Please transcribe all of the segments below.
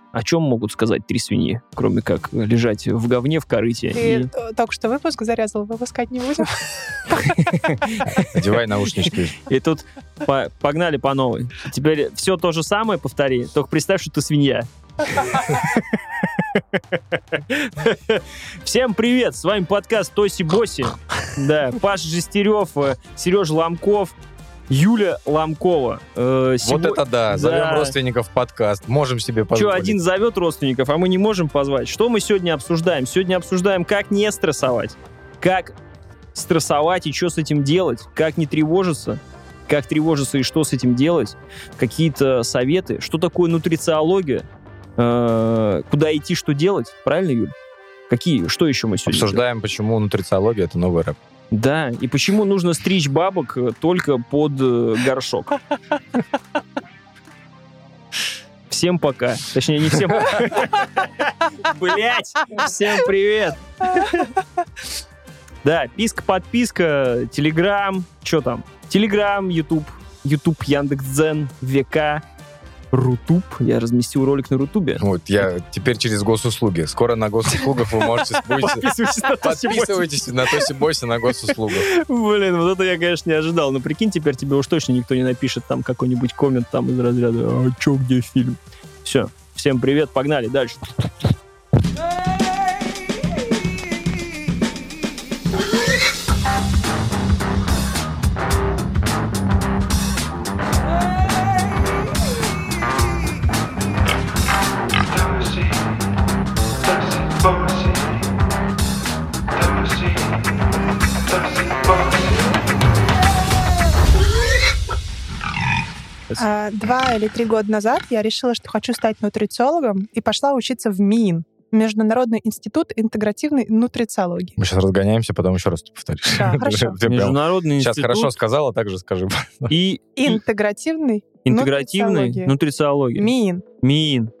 О чем могут сказать 3 свиньи, кроме как лежать в говне в корыте? Ты только что выпуск зарезал, выпускать не будем. Одевай наушнички. И тут погнали по новой. Теперь все то же самое повтори, только представь, что ты свинья. Всем привет, с вами подкаст Тоси-Боси. Да, Паша Жестерев, Сережа Ломков, Юля Ломкова. Вот это да, зовем родственников в подкаст. Можем себе позволить. Что, один зовет родственников, а мы не можем позвать? Что мы сегодня обсуждаем? Сегодня обсуждаем, как не стрессовать. Как стрессовать и что с этим делать? Как не тревожиться? Как тревожиться и что с этим делать? Какие-то советы? Что такое нутрициология? Куда идти, что делать? Правильно, Юль? Что еще мы сегодня обсуждаем, почему нутрициология — это новый рэп. Да, и почему нужно стричь бабок только под горшок. Всем пока. Точнее, не всем пока. Блять, всем привет. Да, подписка, Телеграм, что там? Телеграм, Ютуб, Яндекс.Дзен, ВК, Рутуб. Я разместил ролик на Рутубе. Вот, я теперь через госуслуги. Скоро на госуслугах вы можете... Подписывайтесь на Тоси-Боси на госуслугах. Блин, вот это я, конечно, не ожидал. Но прикинь, теперь тебе уж точно никто не напишет там какой-нибудь коммент там из разряда «А чё, где фильм?» Все, всем привет, погнали дальше. Два или 3 года назад я решила, что хочу стать нутрициологом, и пошла учиться в МИИН, Международный институт интегративной нутрициологии. Мы сейчас разгоняемся, потом еще раз повторишь. Да, хорошо. Международный институт. Сейчас хорошо сказала, так же скажи. И интегративной нутрициология. МИИН.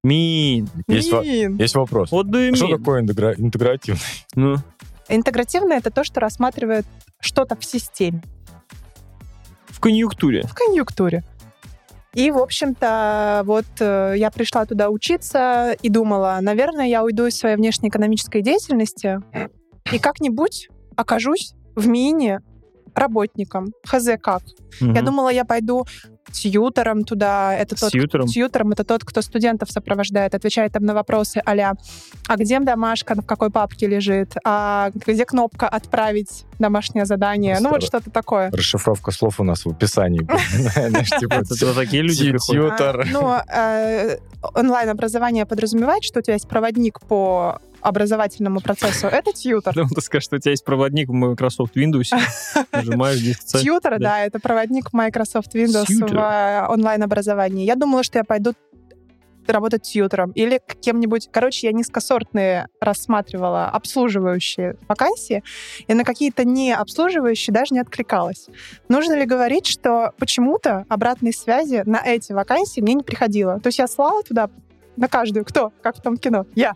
Есть вопрос. Вот да и что такое интегративный? Ну. Интегративное — это то, что рассматривает что-то в системе. В конъюнктуре. И, в общем-то, вот я пришла туда учиться и думала, наверное, я уйду из своей внешнеэкономической деятельности и как-нибудь окажусь в МИИНе работником. Хз как. Угу. Я думала, я пойду тьютором туда. Тьютором это тот, кто студентов сопровождает, отвечает там на вопросы а-ля «А где домашка, в какой папке лежит? А где кнопка «Отправить домашнее задание?» Ну вот что-то такое. Расшифровка слов у нас в описании. Это такие люди приходят. Онлайн-образование подразумевает, что у тебя есть проводник по образовательному процессу. Это тьютор. Ты скажешь, что у тебя есть проводник в Microsoft Windows. Нажимаешь здесь цель. Тьютор, да, это проводник Microsoft Windows в онлайн-образовании. Я думала, что я пойду работать тьютором или кем-нибудь... Короче, я низкосортные рассматривала обслуживающие вакансии, и на какие-то не обслуживающие даже не откликалась. Нужно ли говорить, что почему-то обратной связи на эти вакансии мне не приходило? То есть я слала туда на каждую, кто, как в том кино, я,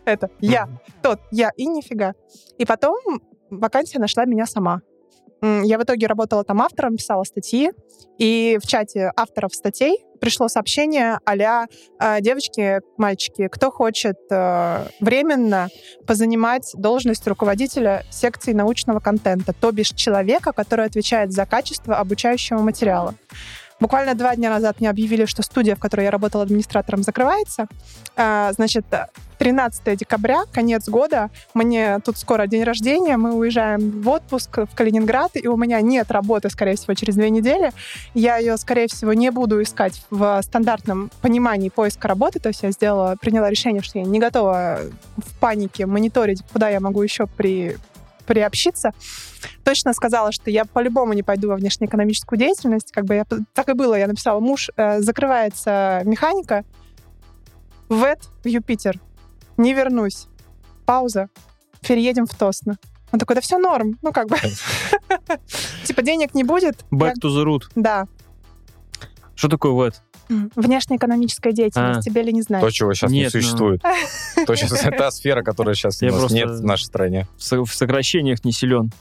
и нифига. И потом вакансия нашла меня сама. Я в итоге работала там автором, писала статьи, и в чате авторов статей пришло сообщение а-ля «Девочки, мальчики, кто хочет временно позанимать должность руководителя секции научного контента, то бишь человека, который отвечает за качество обучающего материала». Буквально 2 дня назад мне объявили, что студия, в которой я работала администратором, закрывается. Значит, 13 декабря, конец года, мне тут скоро день рождения, мы уезжаем в отпуск в Калининград, и у меня нет работы, скорее всего, через 2 недели. Я ее, скорее всего, не буду искать в стандартном понимании поиска работы, то есть я приняла решение, что я не готова в панике мониторить, куда я могу еще приобщиться. Точно сказала, что я по-любому не пойду во внешнеэкономическую деятельность. Так и было. Я написала: муж, закрывается механика, в Юпитер, не вернусь. Пауза. Переедем в Тосно. Он такой: да все норм. Типа денег не будет. Back to the root. Да. Что такое ВЭД? Внешнеэкономическая деятельность, тебе ли не знать? То, чего сейчас не существует. То, та сфера, которая сейчас нет в нашей стране. В сокращениях не силен.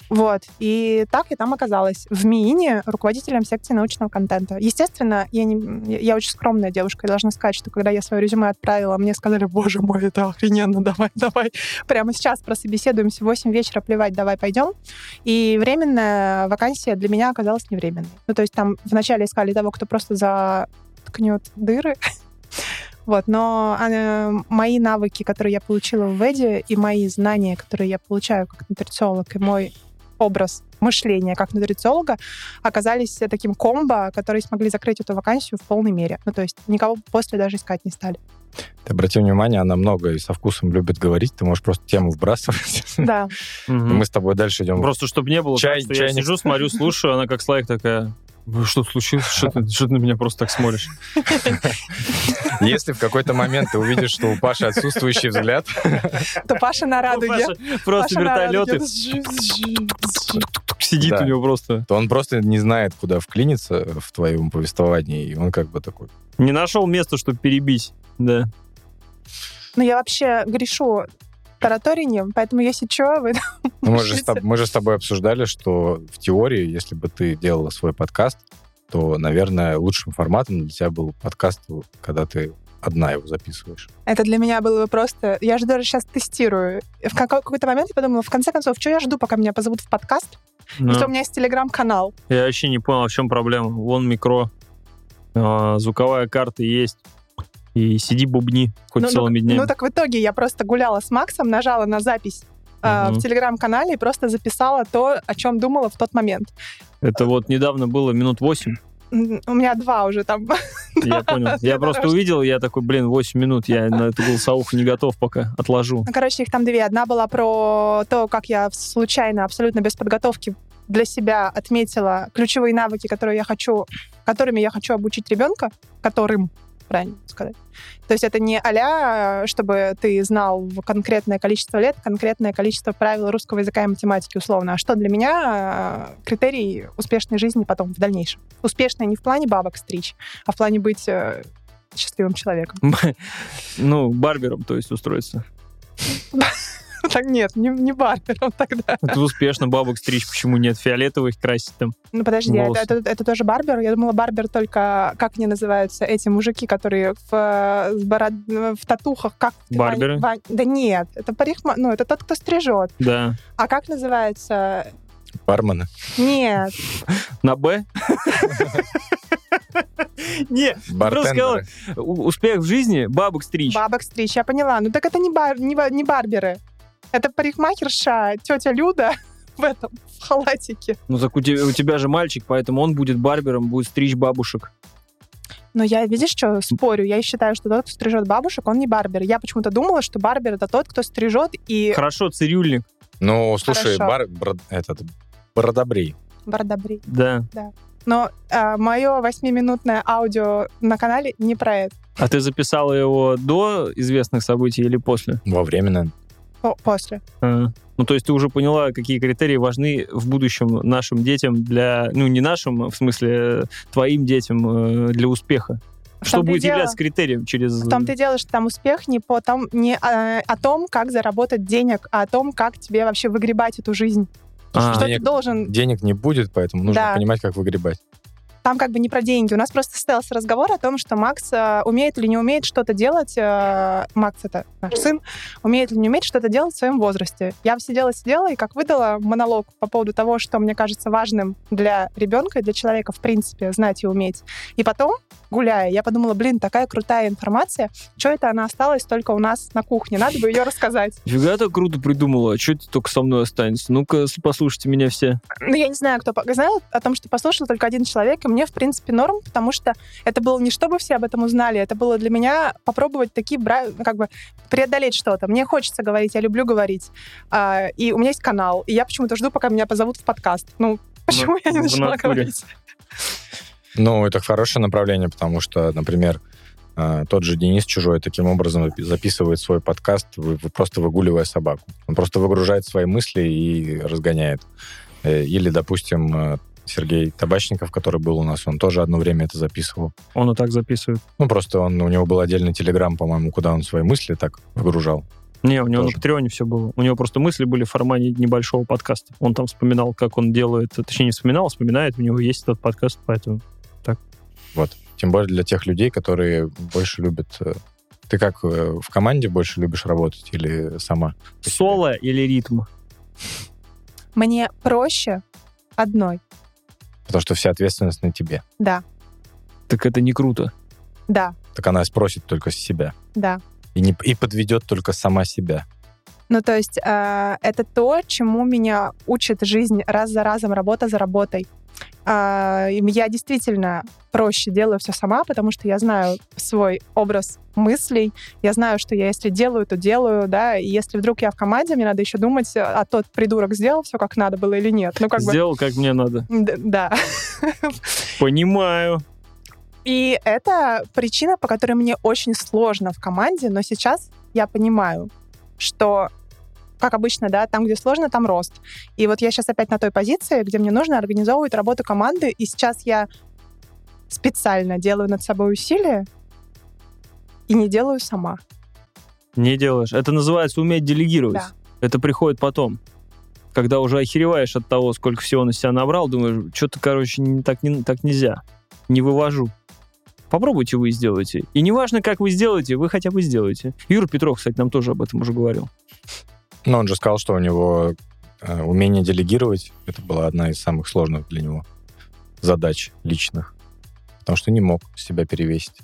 Вот. И так я там оказалась. В МИИНе руководителем секции научного контента. Естественно, я очень скромная девушка. Я должна сказать, что когда я свое резюме отправила, мне сказали: боже мой, это охрененно, давай. Прямо сейчас прособеседуемся в 8 вечера, плевать, давай пойдем. И временная вакансия для меня оказалась не временной. Ну, то есть там вначале искали того, кто просто заткнет дыры. Вот, но мои навыки, которые я получила в ВЭДе, и мои знания, которые я получаю как нутрициолог, и мой образ мышления как нутрициолога оказались таким комбо, которые смогли закрыть эту вакансию в полной мере. Ну, то есть никого после даже искать не стали. Ты обрати внимание, она много и со вкусом любит говорить, ты можешь просто тему вбрасывать. Да. Мы с тобой дальше идем. Просто чтобы не было, что я сижу, смотрю, слушаю, она как Славик такая: что случилось? Что ты на меня просто так смотришь? Если в какой-то момент ты увидишь, что у Паши отсутствующий взгляд, то Паша на радуге. Просто вертолеты. Сидит у него просто. То он просто не знает, куда вклиниться в твоем повествовании, и он как бы такой... Не нашел места, чтобы перебить, да. Ну, я вообще грешу тараторением, поэтому если что, вы... Мы же с тобой обсуждали, что в теории, если бы ты делала свой подкаст, то, наверное, лучшим форматом для тебя был подкаст, когда ты одна его записываешь. Это для меня было бы просто... Я же даже сейчас тестирую. В какой-то момент я подумала, в конце концов, что я жду, пока меня позовут в подкаст? Если у меня есть телеграм-канал. Я вообще не понял, в чем проблема. Вон микро, звуковая карта есть. И сиди бубни хоть целыми днями. Ну так в итоге я просто гуляла с Максом, нажала на запись в телеграм-канале и просто записала то, о чем думала в тот момент. Это вот недавно было минут 8. У меня 2 уже там. Я понял. Я просто увидел, я такой, 8 минут, я на эту голосовуху не готов пока, отложу. Ну, короче, их там 2. Одна была про то, как я случайно, абсолютно без подготовки для себя отметила ключевые навыки, которыми я хочу обучить ребенка, правильно сказать. То есть это не а-ля, чтобы ты знал конкретное количество лет, конкретное количество правил русского языка и математики, условно. А что для меня критерий успешной жизни потом, в дальнейшем? Успешной не в плане бабок стричь, а в плане быть счастливым человеком. Ну, барбером, то есть, устроиться. Так нет, не барбером тогда. Это успешно бабок стричь, почему нет? Фиолетовых красить там. Ну подожди, это тоже барбер? Я думала, барбер только, как они называются, эти мужики, которые в татухах, как... Барберы? Да нет, это это тот, кто стрижет. Да. А как называется... Бармены? Нет. На «Б»? Не, просто сказала, успех в жизни — бабок стричь. Бабок стричь, я поняла. Ну так это не барберы. Это парикмахерша, тетя Люда в халатике. Ну так у тебя же мальчик, поэтому он будет барбером, будет стричь бабушек. Но я, видишь, что спорю? Я считаю, что тот, кто стрижет бабушек, он не барбер. Я почему-то думала, что барбер — это тот, кто стрижет и... Хорошо, цирюльник. Ну, слушай, бородобрей. Бородобрей. Да. Но мое 8-минутное аудио на канале не про это. А ты записала его до известных событий или после? Во время, наверное. После. Ну, то есть ты уже поняла, какие критерии важны в будущем нашим детям для... Ну, не нашим, в смысле, твоим детям для успеха. Что будет являться критерием через... В том-то и дело, что там успех не о том, как заработать денег, а о том, как тебе вообще выгребать эту жизнь. Что ты должен... Денег не будет, поэтому нужно понимать, как выгребать. Там как бы не про деньги. У нас просто состоялся разговор о том, что Макс умеет или не умеет что-то делать. Макс — это наш сын. Умеет или не умеет что-то делать в своем возрасте. Я сидела и как выдала монолог по поводу того, что мне кажется важным для ребенка и для человека, в принципе, знать и уметь. И потом, гуляя, я подумала, такая крутая информация. Что это она осталась только у нас на кухне? Надо бы ее рассказать. Фига так круто придумала. А что это только со мной останется? Ну-ка, послушайте меня все. Ну, я не знаю, кто знает о том, что послушал только один человек, и мне, в принципе, норм, потому что это было не чтобы все об этом узнали, это было для меня попробовать преодолеть что-то. Мне хочется говорить, я люблю говорить. И у меня есть канал, и я почему-то жду, пока меня позовут в подкаст. Ну, почему я не начала говорить? Ну, это хорошее направление, потому что, например, тот же Денис Чужой таким образом записывает свой подкаст, просто выгуливая собаку. Он просто выгружает свои мысли и разгоняет. Или, допустим, Сергей Табачников, который был у нас, он тоже одно время это записывал. Он и так записывает. Ну, просто у него был отдельный телеграм, по-моему, куда он свои мысли так выгружал. Не, у него Тоже. на Патреоне все было. У него просто мысли были в формате небольшого подкаста. Он там вспоминал, как он делает, точнее, не вспоминал, вспоминает, у него есть этот подкаст, поэтому так. Вот. Тем более для тех людей, которые больше любят... Ты как, в команде больше любишь работать или сама? Соло или ритм? Мне проще одной. Потому что вся ответственность на тебе. Да, Так это не круто. да, Так она спросит только с себя. да. И подведет только сама себя. Ну, то есть это то, чему меня учит жизнь раз за разом, работа за работой. Я действительно проще делаю все сама, потому что я знаю свой образ мыслей, я знаю, что я если делаю, то делаю, да, и если вдруг я в команде, мне надо еще думать, а тот придурок сделал все как надо было или нет. Ну, как Сделал, как мне надо. Да. Понимаю. И это причина, по которой мне очень сложно в команде, но сейчас я понимаю, что, как обычно, да, там, где сложно, там рост. И вот я сейчас опять на той позиции, где мне нужно организовывать работу команды, и сейчас я специально делаю над собой усилия и не делаю сама. Не делаешь. Это называется уметь делегировать. Да. Это приходит потом. Когда уже охереваешь от того, сколько всего на себя набрал, думаешь, что-то, короче, так нельзя. Не вывожу. Попробуйте вы сделайте. И неважно, как вы сделаете, вы хотя бы сделаете. Юра Петров, кстати, нам тоже об этом уже говорил. Но он же сказал, что у него умение делегировать — это была одна из самых сложных для него задач личных. Потому что не мог себя перевесить.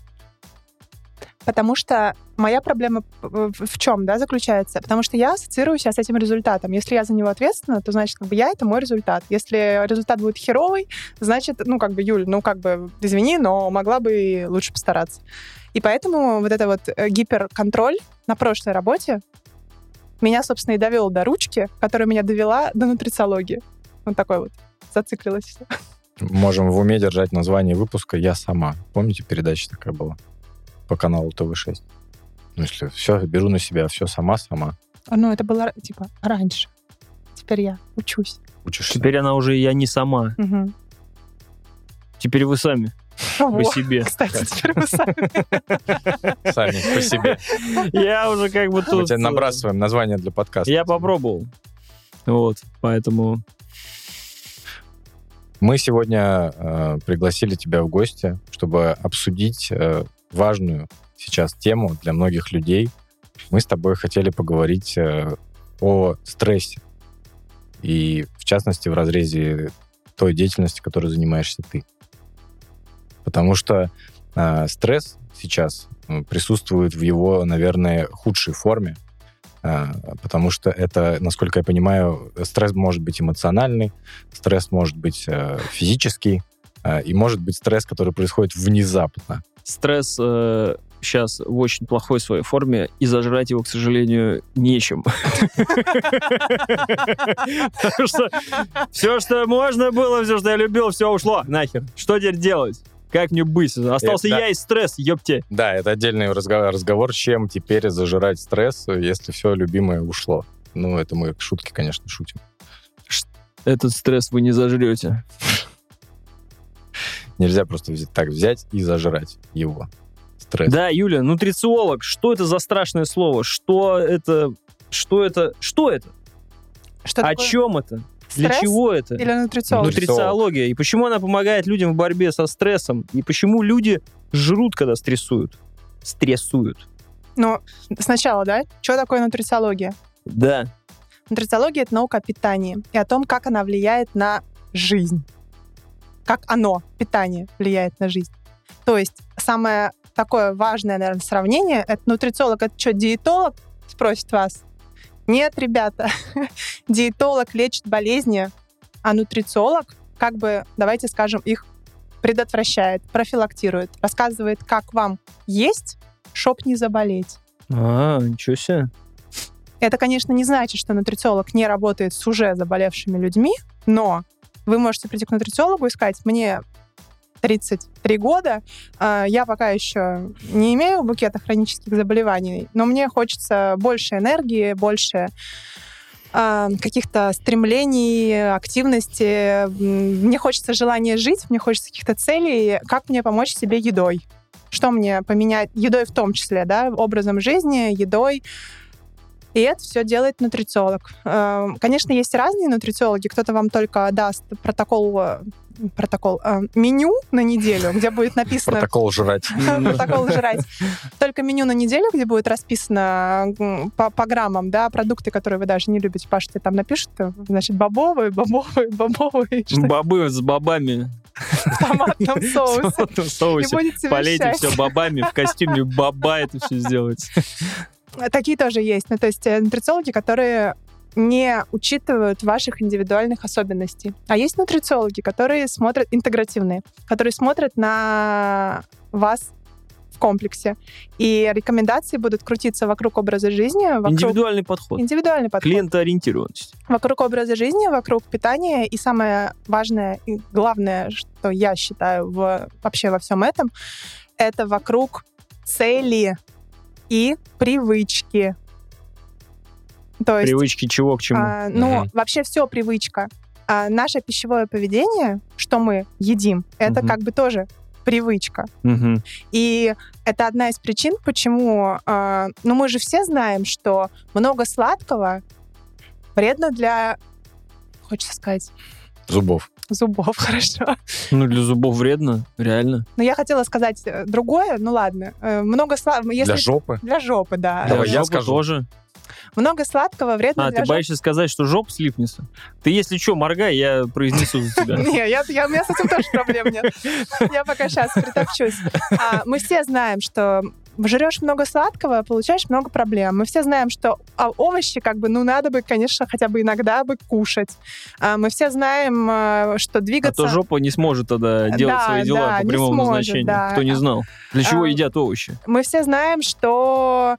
Потому что моя проблема в чем, да, заключается? Потому что я ассоциирую себя с этим результатом. Если я за него ответственна, то значит, как бы я — это мой результат. Если результат будет херовый, значит, ну, как бы, Юль, ну, как бы, извини, но могла бы и лучше постараться. И поэтому вот это вот гиперконтроль на прошлой работе меня, собственно, и довел до ручки, которая меня довела до нутрициологии. Вот такой вот. Зациклилась все. Можем в уме держать название выпуска «Я сама». Помните, передача такая была по каналу ТВ6? Ну, если все, беру на себя, все сама. Ну, это было, типа, раньше. Теперь я учусь. Учишься. Теперь она уже «я не сама». Угу. Теперь вы сами. По себе. Кстати, теперь вы сами. Сами, по себе. Я уже как бы Мы тут... тебе набрасываем название для подкаста. Я попробовал. Вот, поэтому... Мы сегодня пригласили тебя в гости, чтобы обсудить важную сейчас тему для многих людей. Мы с тобой хотели поговорить о стрессе. И, в частности, в разрезе той деятельности, которой занимаешься ты. Потому что стресс сейчас присутствует в его, наверное, худшей форме. Потому что это, насколько я понимаю, стресс может быть эмоциональный, стресс может быть физический, и может быть стресс, который происходит внезапно. Стресс сейчас в очень плохой своей форме, и зажрать его, к сожалению, нечем. Потому что все, что можно было, все, что я любил, все ушло нахер. Что теперь делать? Как мне быть? Остался я и стресс, ёпте. Да, это отдельный разговор, чем теперь зажирать стресс, если все любимое ушло. Ну, это мы шутки, конечно, шутим. Этот стресс вы не зажрете. Нельзя просто взять и зажрать его. Стресс. Да, Юля, нутрициолог, что это за страшное слово? Что это? Что это? Что О такое? чем это? Для Стресс чего это? или нутрициолог? Нутрициология. И почему она помогает людям в борьбе со стрессом? И почему люди жрут, когда стрессуют? Стрессуют. Ну, сначала, да? Что такое нутрициология? Да. Нутрициология — это наука о питании и о том, как она влияет на жизнь. Как оно, питание, влияет на жизнь. То есть самое такое важное, наверное, сравнение — это нутрициолог — это что, диетолог? Спросит вас. Нет, ребята, диетолог лечит болезни, а нутрициолог, как бы, давайте скажем, их предотвращает, профилактирует, рассказывает, как вам есть, чтоб не заболеть. Ничего себе. Это, конечно, не значит, что нутрициолог не работает с уже заболевшими людьми, но вы можете прийти к нутрициологу и сказать: мне 33 года, я пока еще не имею букета хронических заболеваний, но мне хочется больше энергии, больше каких-то стремлений, активности, мне хочется желания жить, мне хочется каких-то целей. Как мне помочь себе едой? Что мне поменять? Едой в том числе, да, образом жизни, едой. И это все делает нутрициолог. Конечно, есть разные нутрициологи. Кто-то вам только даст меню на неделю, где будет написано... Протокол жрать. Протокол жрать. Только меню на неделю, где будет расписано по граммам, да, продукты, которые вы даже не любите. Паша тебе там напишет, значит, бобовые. Бобы с бобами. В томатном соусе. Полейте все бобами, в костюме боба это все сделать. Такие тоже есть. Ну, то есть нутрициологи, которые не учитывают ваших индивидуальных особенностей. А есть нутрициологи, которые смотрят, интегративные, которые смотрят на вас в комплексе. И рекомендации будут крутиться вокруг образа жизни. Индивидуальный подход. Индивидуальный подход. Клиентоориентированность. Вокруг образа жизни, вокруг питания. И самое важное и главное, что я считаю вообще во всем этом, это вокруг цели и привычки. То есть, привычки чего к чему? Вообще все привычка. Наше пищевое поведение, что мы едим, это как бы тоже привычка. И это одна из причин, почему... мы же все знаем, что много сладкого вредно для... Хочется сказать... Зубов, хорошо. Для зубов вредно, реально. Я хотела сказать другое, ладно. Много сладкого... Для жопы? Для жопы, да. Давай я скажу. Тоже. Много сладкого вредно для жопы. Ты боишься сказать, что жопа слипнется? Ты, если что, моргай, я произнесу за тебя. Не, у меня с этим тоже проблем нет. Я пока сейчас притопчусь. Мы все знаем, что жрешь много сладкого, получаешь много проблем. Мы все знаем, что овощи надо бы, конечно, хотя бы иногда бы кушать. Мы все знаем, что двигаться... А то жопа не сможет тогда делать свои дела по прямому назначению. Да. Кто не знал. Для чего едят овощи? Мы все знаем, что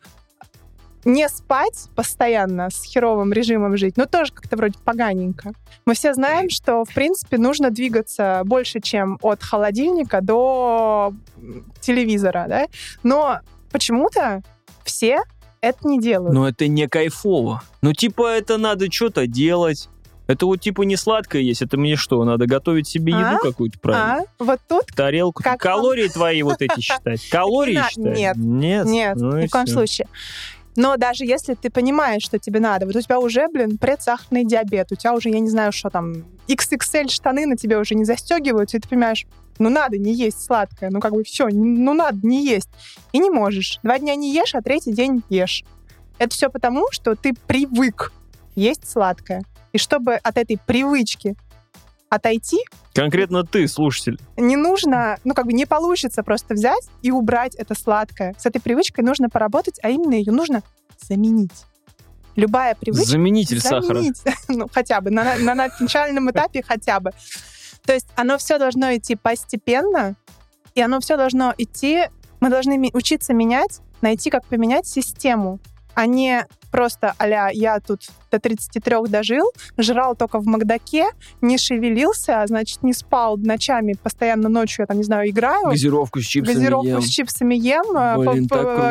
не спать постоянно с херовым режимом жить, тоже как-то вроде поганенько. Мы все знаем, что, в принципе, нужно двигаться больше, чем от холодильника до телевизора, да? Но почему-то все это не делают. Но это не кайфово. Это надо что-то делать. Это не сладкое есть. Это мне что, надо готовить себе еду какую-то правильно? Вот тут... Тарелку. Калории твои эти считать? Калории считать? Нет, ни в коем случае. Но даже если ты понимаешь, что тебе надо, у тебя уже, предсахарный диабет, у тебя уже, я не знаю, что там, XXL штаны на тебе уже не застегиваются, и ты понимаешь, надо не есть сладкое, все, надо не есть. И не можешь. 2 дня не ешь, а 3-й день ешь. Это все потому, что ты привык есть сладкое. И чтобы от этой привычки отойти... Конкретно ты, слушатель. Не нужно, не получится просто взять и убрать это сладкое. С этой привычкой нужно поработать, а именно ее нужно заменить. Любая привычка... Заменитель сахара. Хотя бы, на начальном этапе хотя бы. То есть оно все должно идти постепенно, и оно все должно идти... Мы должны учиться менять, найти, как поменять систему, а не просто а-ля я тут до 33 дожил, жрал только в Макдаке, не шевелился, значит, не спал ночами, постоянно ночью, я не играю. Газировку с чипсами ем.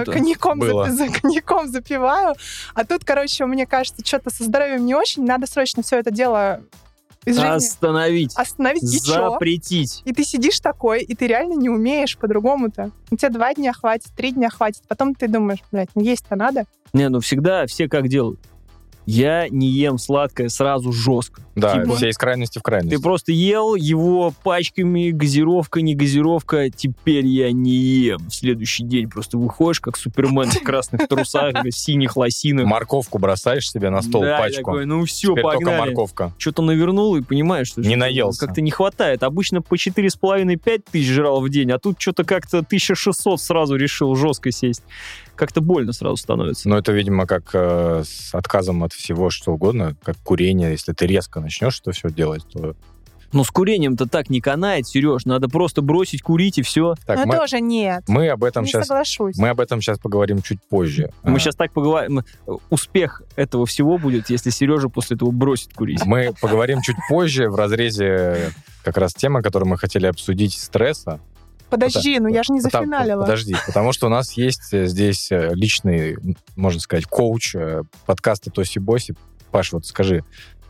Блин, коньяком запиваю. А тут, мне кажется, что-то со здоровьем не очень, надо срочно все это дело из жизни остановить и запретить. Чё? И ты сидишь такой, и ты реально не умеешь по-другому-то. У тебя 2 дня хватит, 3 дня хватит. Потом ты думаешь, есть-то надо. Не, всегда все как делают. Я не ем сладкое сразу жестко. Да, все из крайности в крайность. Ты просто ел его пачками, газировка, не газировка, теперь я не ем. В следующий день просто выходишь, как Супермен в красных трусах, в синих лосинах. Морковку бросаешь себе на стол, пачку. Такой, все, теперь погнали. Только морковка. Что-то навернул и понимаешь, что не наелся. Как-то не хватает. Обычно по 4,5-5 тысяч жрал в день, а тут что-то как-то 1600 сразу решил жестко сесть. Как-то больно сразу становится. Это, видимо, как с отказом от всего, что угодно, как курение. Если ты резко начнешь это все делать, то... С курением-то так не канает, Сереж. Надо просто бросить курить и все. Так, тоже нет. Мы об этом не соглашусь. Мы об этом сейчас поговорим чуть позже. Мы сейчас так поговорим. Успех этого всего будет, если Сережа после этого бросит курить. Мы поговорим чуть позже в разрезе как раз темы, которую мы хотели обсудить, стресса. Подожди, я же не зафиналила. Подожди, потому что у нас есть здесь личный, можно сказать, коуч подкаста Тоси-Боси. Паш, скажи,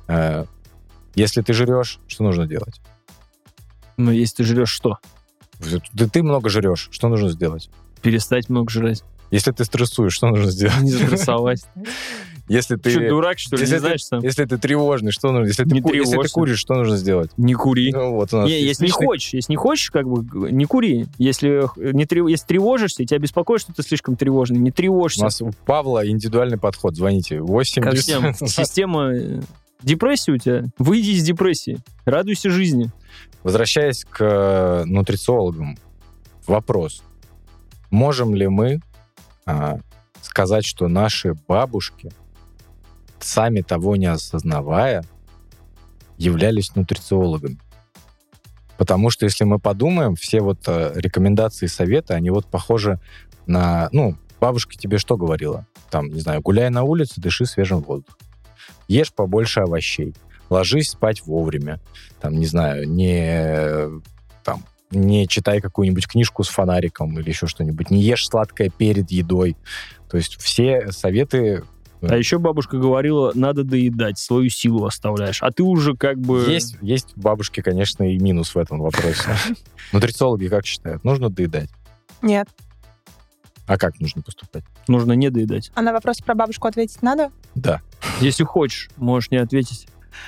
если ты жрешь, что нужно делать? Если ты жрешь, что? Да ты много жрешь, что нужно сделать? Перестать много жрать. Если ты стрессуешь, что нужно сделать? Не стрессовать. Если ты... Что, дурак, что ли, если не знаешь сам? Если ты тревожный, что нужно? Если ты куришь, что нужно сделать? Не кури. Ну, вот у нас Если не хочешь, как бы, не кури. Если тревожишься, тебя беспокоит, что ты слишком тревожный, не тревожься. У нас у Павла индивидуальный подход. Звоните. 8 Как всем. Система... Депрессия у тебя? Выйди из депрессии. Радуйся жизни. Возвращаясь к нутрициологам, вопрос. Можем ли мы сказать, что наши бабушки, сами того не осознавая, являлись нутрициологами? Потому что, если мы подумаем, все вот рекомендации и советы, они вот похожи на... Ну, бабушка тебе что говорила? Там, не знаю, гуляй на улице, дыши свежим воздухом. Ешь побольше овощей. Ложись спать вовремя. Там, не знаю, не читай какую-нибудь книжку с фонариком или еще что-нибудь. Не ешь сладкое перед едой. То есть все советы... А еще бабушка говорила, надо доедать, свою силу оставляешь. А ты уже как бы... Есть бабушки, конечно, и минус в этом вопросе. Нутрициологи как считают? Нужно доедать? Нет. А как нужно поступать? Нужно не доедать. А на вопрос про бабушку ответить надо? Да. Если хочешь, можешь не ответить.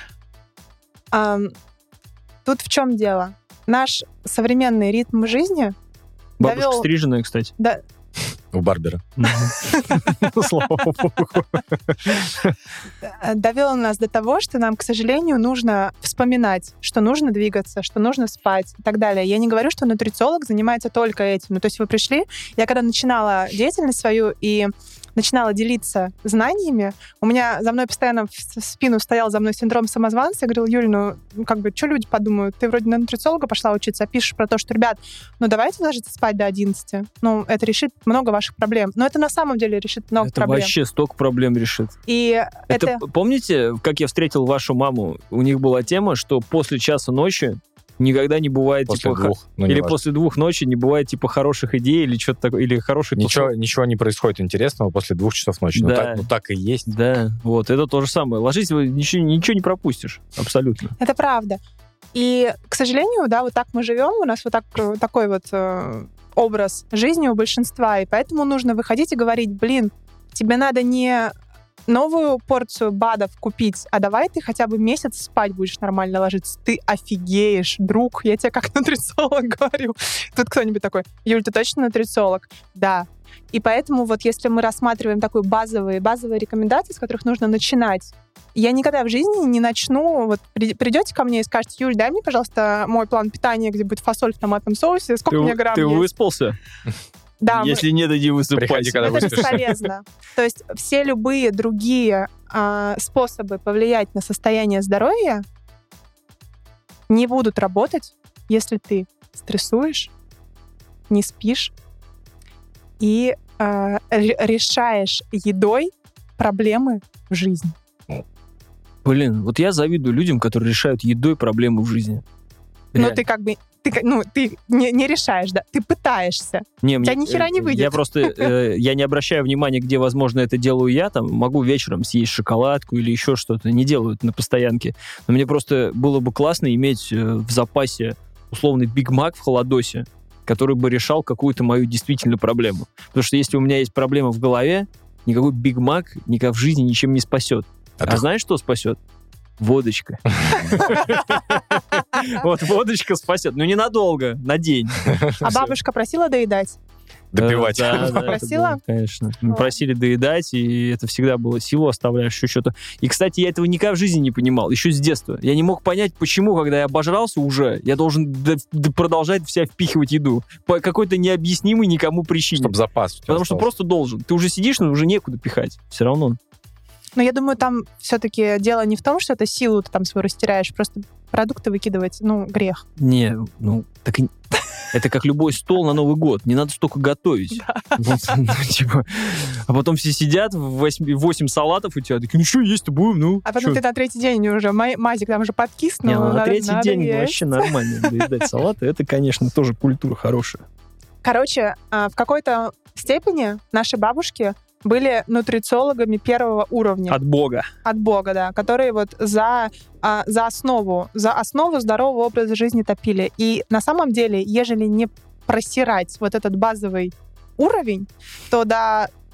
Тут в чем дело? Наш современный ритм жизни... Бабушка стриженная, кстати. Да. У барбера. Слава богу. Довел нас до того, что нам, к сожалению, нужно вспоминать, что нужно двигаться, что нужно спать и так далее. Я не говорю, что нутрициолог занимается только этим. Ну, то есть вы пришли, я когда начинала деятельность свою и начинала делиться знаниями, у меня за мной постоянно в спину стоял за мной синдром самозванца. Я говорила, Юль, ну, как бы, что люди подумают? Ты вроде на нутрициолога пошла учиться, а пишешь про то, что, ребят, ну, давайте ложиться спать до 11. Ну, это решит много ваших проблем. Но это на самом деле решит много проблем. Это вообще столько проблем решит. И это... Помните, как я встретил вашу маму? У них была тема, что после часа ночи никогда не бывает, после типа... двух, ну, или после 2 ночи не бывает, типа, хороших идей или что-то такое, или хороших... Ничего не происходит интересного после 2 часов ночи. Да. Ну, так и есть. Да, вот, это то же самое. Ложись, ничего не пропустишь. Абсолютно. Это правда. И, к сожалению, да, вот так мы живем, у нас вот такой вот образ жизни у большинства, и поэтому нужно выходить и говорить, блин, тебе надо не новую порцию БАДов купить, а давай ты хотя бы месяц спать будешь нормально ложиться. Ты офигеешь, друг, я тебе как нутрициолог говорю. Тут кто-нибудь такой, Юль, ты точно нутрициолог? Да. И поэтому вот если мы рассматриваем такие базовые рекомендации, с которых нужно начинать, я никогда в жизни не начну, вот придете ко мне и скажете, Юль, дай мне, пожалуйста, мой план питания, где будет фасоль в томатном соусе, сколько мне грамм Ты есть? Выспался? Да, если нет, иди высыпайся. Приходи, когда это бесполезно. То есть все любые другие способы повлиять на состояние здоровья не будут работать, если ты стрессуешь, не спишь и решаешь едой проблемы в жизни. Блин, вот я завидую людям, которые решают едой проблемы в жизни. Ну, ты как бы... Ты не решаешь, да? Ты пытаешься. У тебя ни хера не выйдет. Я просто... я не обращаю внимания, где, возможно, это делаю я. Там могу вечером съесть шоколадку или еще что-то. Не делаю это на постоянке. Но мне просто было бы классно иметь в запасе условный Биг Мак в холодосе, который бы решал какую-то мою действительно проблему. Потому что если у меня есть проблема в голове, никакой Биг Мак никак в жизни ничем не спасет. А знаешь, что спасет? Водочка. Вот водочка спасет. Ну, ненадолго, на день. А бабушка просила доедать? Допивать. Да, Просила? Конечно. Мы просили доедать, и это всегда было силу оставляешь, еще что-то. И, кстати, я этого никогда в жизни не понимал, еще с детства. Я не мог понять, почему, когда я обожрался уже, я должен продолжать в себя впихивать еду. По какой-то необъяснимой никому причине. Чтобы запас. Потому что просто должен. Ты уже сидишь, но уже некуда пихать. Все равно. Но я думаю, там все-таки дело не в том, что это силу ты там свою растеряешь, просто продукты выкидывать, ну, грех. Не, ну, так это как любой стол на Новый год. Не надо столько готовить. Вот, типа, а потом все сидят, 8 салатов у тебя, такие, ну что, есть-то будем, ну. А потом ты на 3-й день уже, мазик там уже подкис, не, но на 3-й день есть. вообще нормально доедать салаты. Это, конечно, тоже культура хорошая. Короче, в какой-то степени наши бабушки были нутрициологами первого уровня. От Бога. От Бога, да. Которые вот за основу здорового образа жизни топили. И на самом деле, ежели не просирать вот этот базовый уровень, то до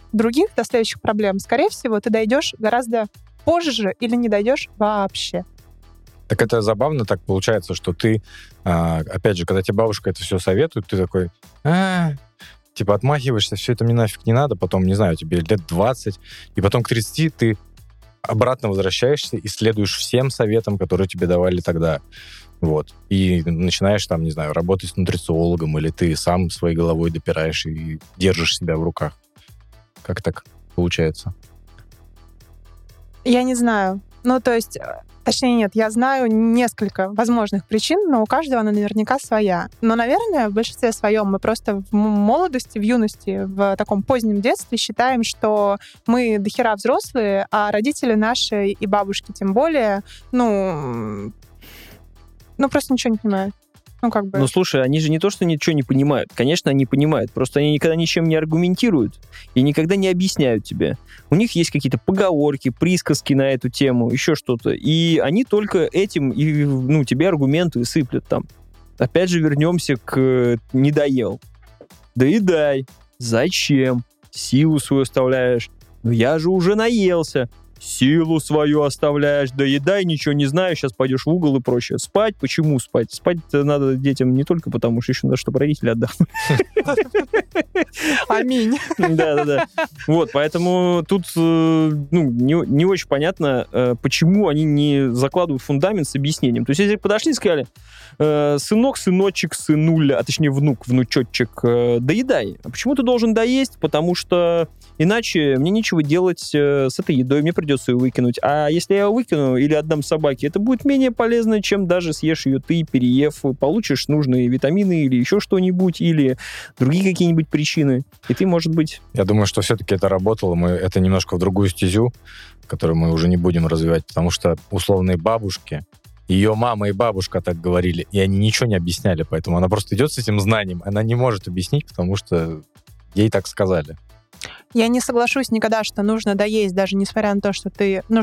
других, до следующих проблем, скорее всего, ты дойдешь гораздо позже или не дойдешь вообще. Так это забавно так получается, что ты, опять же, когда тебе бабушка это все советует, ты такой, типа отмахиваешься, все это мне нафиг не надо, потом, не знаю, тебе лет 20, и потом к 30 ты обратно возвращаешься и следуешь всем советам, которые тебе давали тогда. Вот. И начинаешь там, не знаю, работать с нутрициологом, или ты сам своей головой допираешь и держишь себя в руках. Как так получается? Я не знаю. Ну, то есть, точнее, нет, я знаю несколько возможных причин, но у каждого она наверняка своя. Но, наверное, в большинстве своем мы просто в молодости, в юности, в таком позднем детстве считаем, что мы дохера взрослые, а родители наши и бабушки тем более, ну, просто ничего не понимают. Ну, как бы... Ну, слушай, они же не то, что ничего не понимают. Конечно, они понимают. Просто они никогда ничем не аргументируют и никогда не объясняют тебе. У них есть какие-то поговорки, присказки на эту тему, еще что-то. И они только этим и, ну, тебе аргументы сыплят там. Опять же, вернемся к «недоел». Доедай. Зачем? Силу свою оставляешь. Ну, я же уже наелся. Силу свою оставляешь, доедай, ничего не знаю, сейчас пойдешь в угол и прочее. Спать? Почему спать? Спать надо детям не только потому, что еще надо, чтобы родители отдохнули. Аминь. Да. Вот, поэтому тут не очень понятно, почему они не закладывают фундамент с объяснением. То есть, если подошли и сказали, сынок, сыночек, сынуля, а точнее внук, внучочек, доедай. А почему ты должен доесть? Потому что иначе мне нечего делать с этой едой, мне придется ее выкинуть. А если я ее выкину или отдам собаке, это будет менее полезно, чем даже съешь ее ты, переев, получишь нужные витамины или еще что-нибудь, или другие какие-нибудь причины. И ты, может быть... Я думаю, что все-таки это работало. Это немножко в другую стезю, которую мы уже не будем развивать, потому что условные бабушки, ее мама и бабушка так говорили, и они ничего не объясняли, поэтому она просто идет с этим знанием, она не может объяснить, потому что ей так сказали. Я не соглашусь никогда, что нужно доесть, даже несмотря на то, что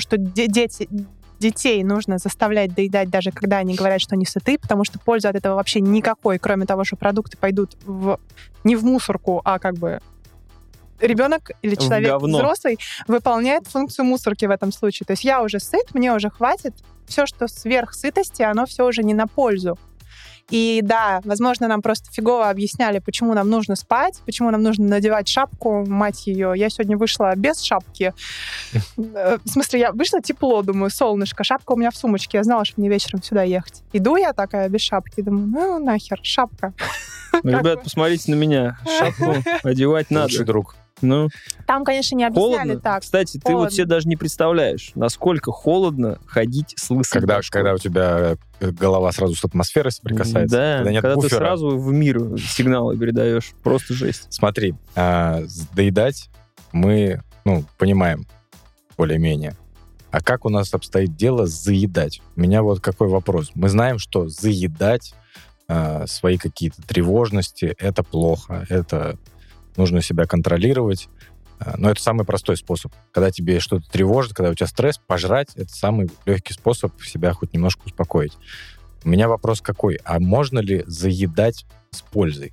детей нужно заставлять доедать, даже когда они говорят, что они сыты, потому что пользы от этого вообще никакой, кроме того, что продукты пойдут не в мусорку, а как бы ребенок или человек взрослый выполняет функцию мусорки в этом случае. То есть я уже сыт, мне уже хватит. Все, что сверх сытости, оно все уже не на пользу. И да, возможно, нам просто фигово объясняли, почему нам нужно спать, почему нам нужно надевать шапку, мать ее. Я сегодня вышла без шапки. В смысле, я вышла тепло, думаю, солнышко, шапка у меня в сумочке. Я знала, что мне вечером сюда ехать. Иду я такая без шапки, думаю, ну нахер, шапка. Ребят, посмотрите на меня. Шапку одевать надо. Лучший друг. Ну, там, конечно, не объясняли холодно. так. Кстати, ты вот себе даже не представляешь, насколько холодно ходить с лысой башкой. Когда у тебя голова сразу с атмосферой соприкасается. Да, когда нет когда буфера. ты сразу в мир сигналы передаешь. Просто жесть. Смотри, доедать мы, понимаем более-менее. А как у нас обстоит дело с заедать? У меня вот какой вопрос. Мы знаем, что заедать свои какие-то тревожности — это плохо, это... Нужно себя контролировать. Но это самый простой способ. Когда тебе что-то тревожит, когда у тебя стресс, пожрать — это самый легкий способ себя хоть немножко успокоить. У меня вопрос какой? А можно ли заедать с пользой?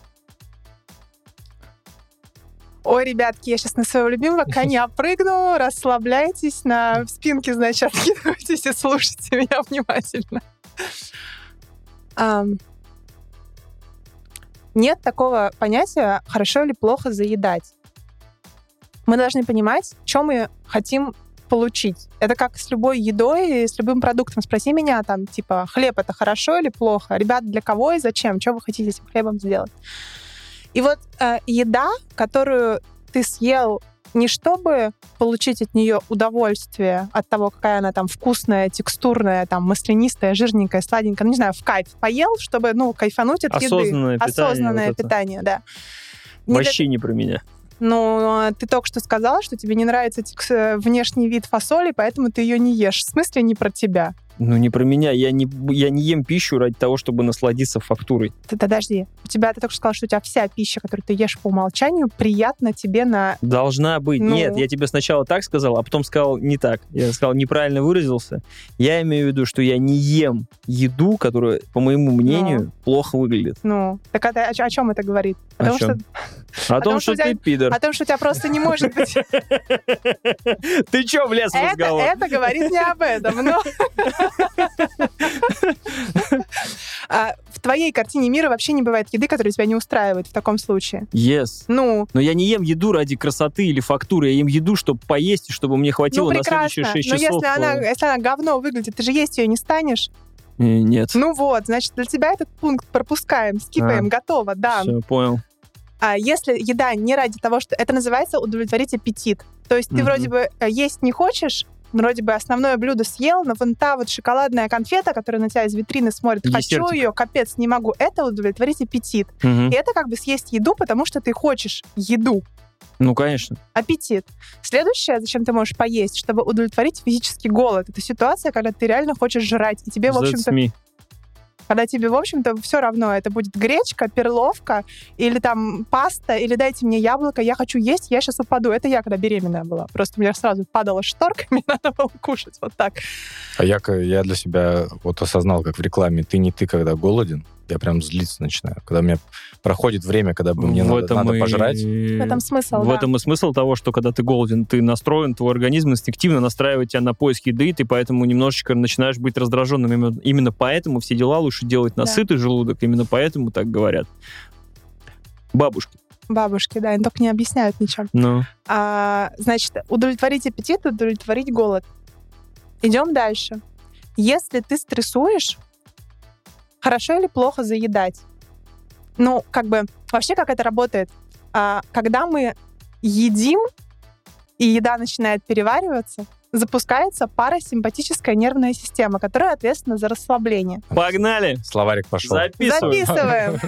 Ой, ребятки, я сейчас на своего любимого коня прыгну, расслабляйтесь, на спинке, значит, откидывайтесь и слушайте меня внимательно. Нет такого понятия «хорошо или плохо заедать». Мы должны понимать, что мы хотим получить. Это как с любой едой, с любым продуктом. Спроси меня, там, типа, хлеб — это хорошо или плохо? Ребят, для кого и зачем? Что вы хотите с этим хлебом сделать? И вот еда, которую ты съел не чтобы получить от нее удовольствие от того, какая она там вкусная, текстурная, там маслянистая, жирненькая, сладенькая, ну, не знаю, в кайф поел, чтобы, кайфануть от еды. Осознанное питание, да. Вообще не про меня. Ну, ты только что сказала, что тебе не нравится внешний вид фасоли, поэтому ты ее не ешь. В смысле не про тебя? Ну, не про меня. Я не ем пищу ради того, чтобы насладиться фактурой. Ты подожди. Ты только что сказал, что у тебя вся пища, которую ты ешь по умолчанию, приятна тебе на... Должна быть. Ну. Нет, я тебе сначала так сказал, а потом сказал не так. Я сказал, неправильно выразился. Я имею в виду, что я не ем еду, которая, по моему мнению, плохо выглядит. Ну, так это о чем это говорит? О чем? О том, что ты пидор. О том, что у тебя просто не может быть... Ты чё влез в разговор? Это говорит не об этом, но... В твоей картине мира вообще не бывает еды, которая тебя не устраивает в таком случае. Yes. Ну. Но я не ем еду ради красоты или фактуры. Я ем еду, чтобы поесть, и чтобы мне хватило на следующие 6 часов. Но если она говно выглядит, ты же есть ее не станешь. Нет. Ну вот, значит, для тебя этот пункт пропускаем, скипаем, готово, да. Все, понял. А если еда не ради того, что... Это называется удовлетворить аппетит. То есть ты вроде бы есть не хочешь, вроде бы основное блюдо съел, но вон та вот шоколадная конфета, которая на тебя из витрины смотрит, хочу ее, капец, не могу, это удовлетворить аппетит. И это как бы съесть еду, потому что ты хочешь еду. Ну, конечно. Аппетит. Следующее, зачем ты можешь поесть, чтобы удовлетворить физический голод. Это ситуация, когда ты реально хочешь жрать, и тебе, в общем-то... Когда тебе, в общем-то, все равно, это будет гречка, перловка, или там паста, или дайте мне яблоко, я хочу есть, я сейчас упаду. Это я, когда беременная была. Просто у меня сразу падала шторка, мне надо было кушать вот так. А я для себя вот осознал, как в рекламе, ты не ты, когда голоден, я прям злиться начинаю. Когда у меня проходит время, когда мне надо пожрать. В этом смысл, В этом и смысл того, что когда ты голоден, ты настроен, твой организм инстинктивно настраивает тебя на поиск еды, ты поэтому немножечко начинаешь быть раздраженным. Именно поэтому все дела лучше делать на сытый желудок. Именно поэтому так говорят. Бабушки, да, они только не объясняют ничем. Ну. Значит, удовлетворить аппетит, удовлетворить голод. Идем дальше. Если ты стрессуешь, хорошо или плохо заедать? Ну, вообще, как это работает? Когда мы едим, и еда начинает перевариваться, запускается парасимпатическая нервная система, которая ответственна за расслабление. Погнали! Словарик пошел. Записываем.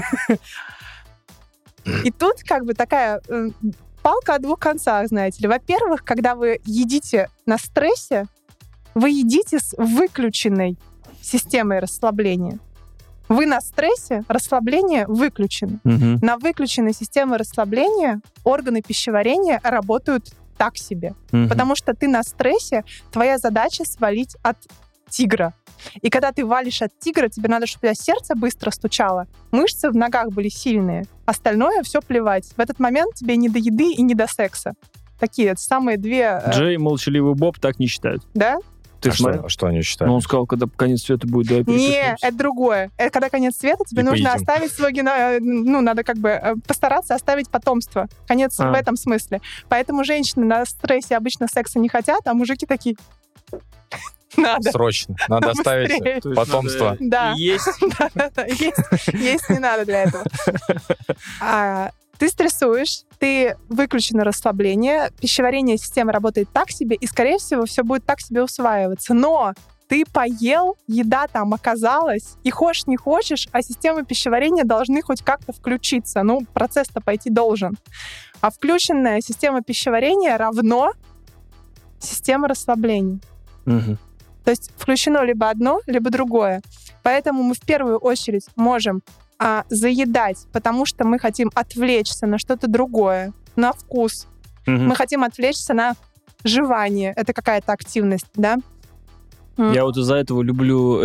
И тут такая палка о двух концах, знаете ли. Во-первых, когда вы едите на стрессе, вы едите с выключенной системой расслабления. Вы на стрессе, расслабление выключено. На выключенной системе расслабления органы пищеварения работают так себе. Потому что ты на стрессе, твоя задача свалить от тигра. И когда ты валишь от тигра, тебе надо, чтобы у тебя сердце быстро стучало, мышцы в ногах были сильные, остальное все плевать. В этот момент тебе не до еды и не до секса. Такие самые две... Джей и молчаливый Боб так не считают. Да? Ты что они считают? Ну, он сказал, когда конец света будет, давай перепишемся. Не, это другое. Это когда конец света, тебе нужно оставить свой надо постараться оставить потомство. Конец в этом смысле. Поэтому женщины на стрессе обычно секса не хотят, а мужики такие... Надо. Срочно. Надо оставить потомство. Да. Есть. Есть не надо для этого. Ты стрессуешь, ты выключен на расслабление, пищеварение системы работает так себе, и, скорее всего, все будет так себе усваиваться. Но ты поел, еда там оказалась, и хочешь не хочешь, а системы пищеварения должны хоть как-то включиться. Ну, процесс-то пойти должен. А включенная система пищеварения равно система расслабления. То есть включено либо одно, либо другое. Поэтому мы в первую очередь можем заедать, потому что мы хотим отвлечься на что-то другое, на вкус. Мы хотим отвлечься на жевание. Это какая-то активность, да? Я вот из-за этого люблю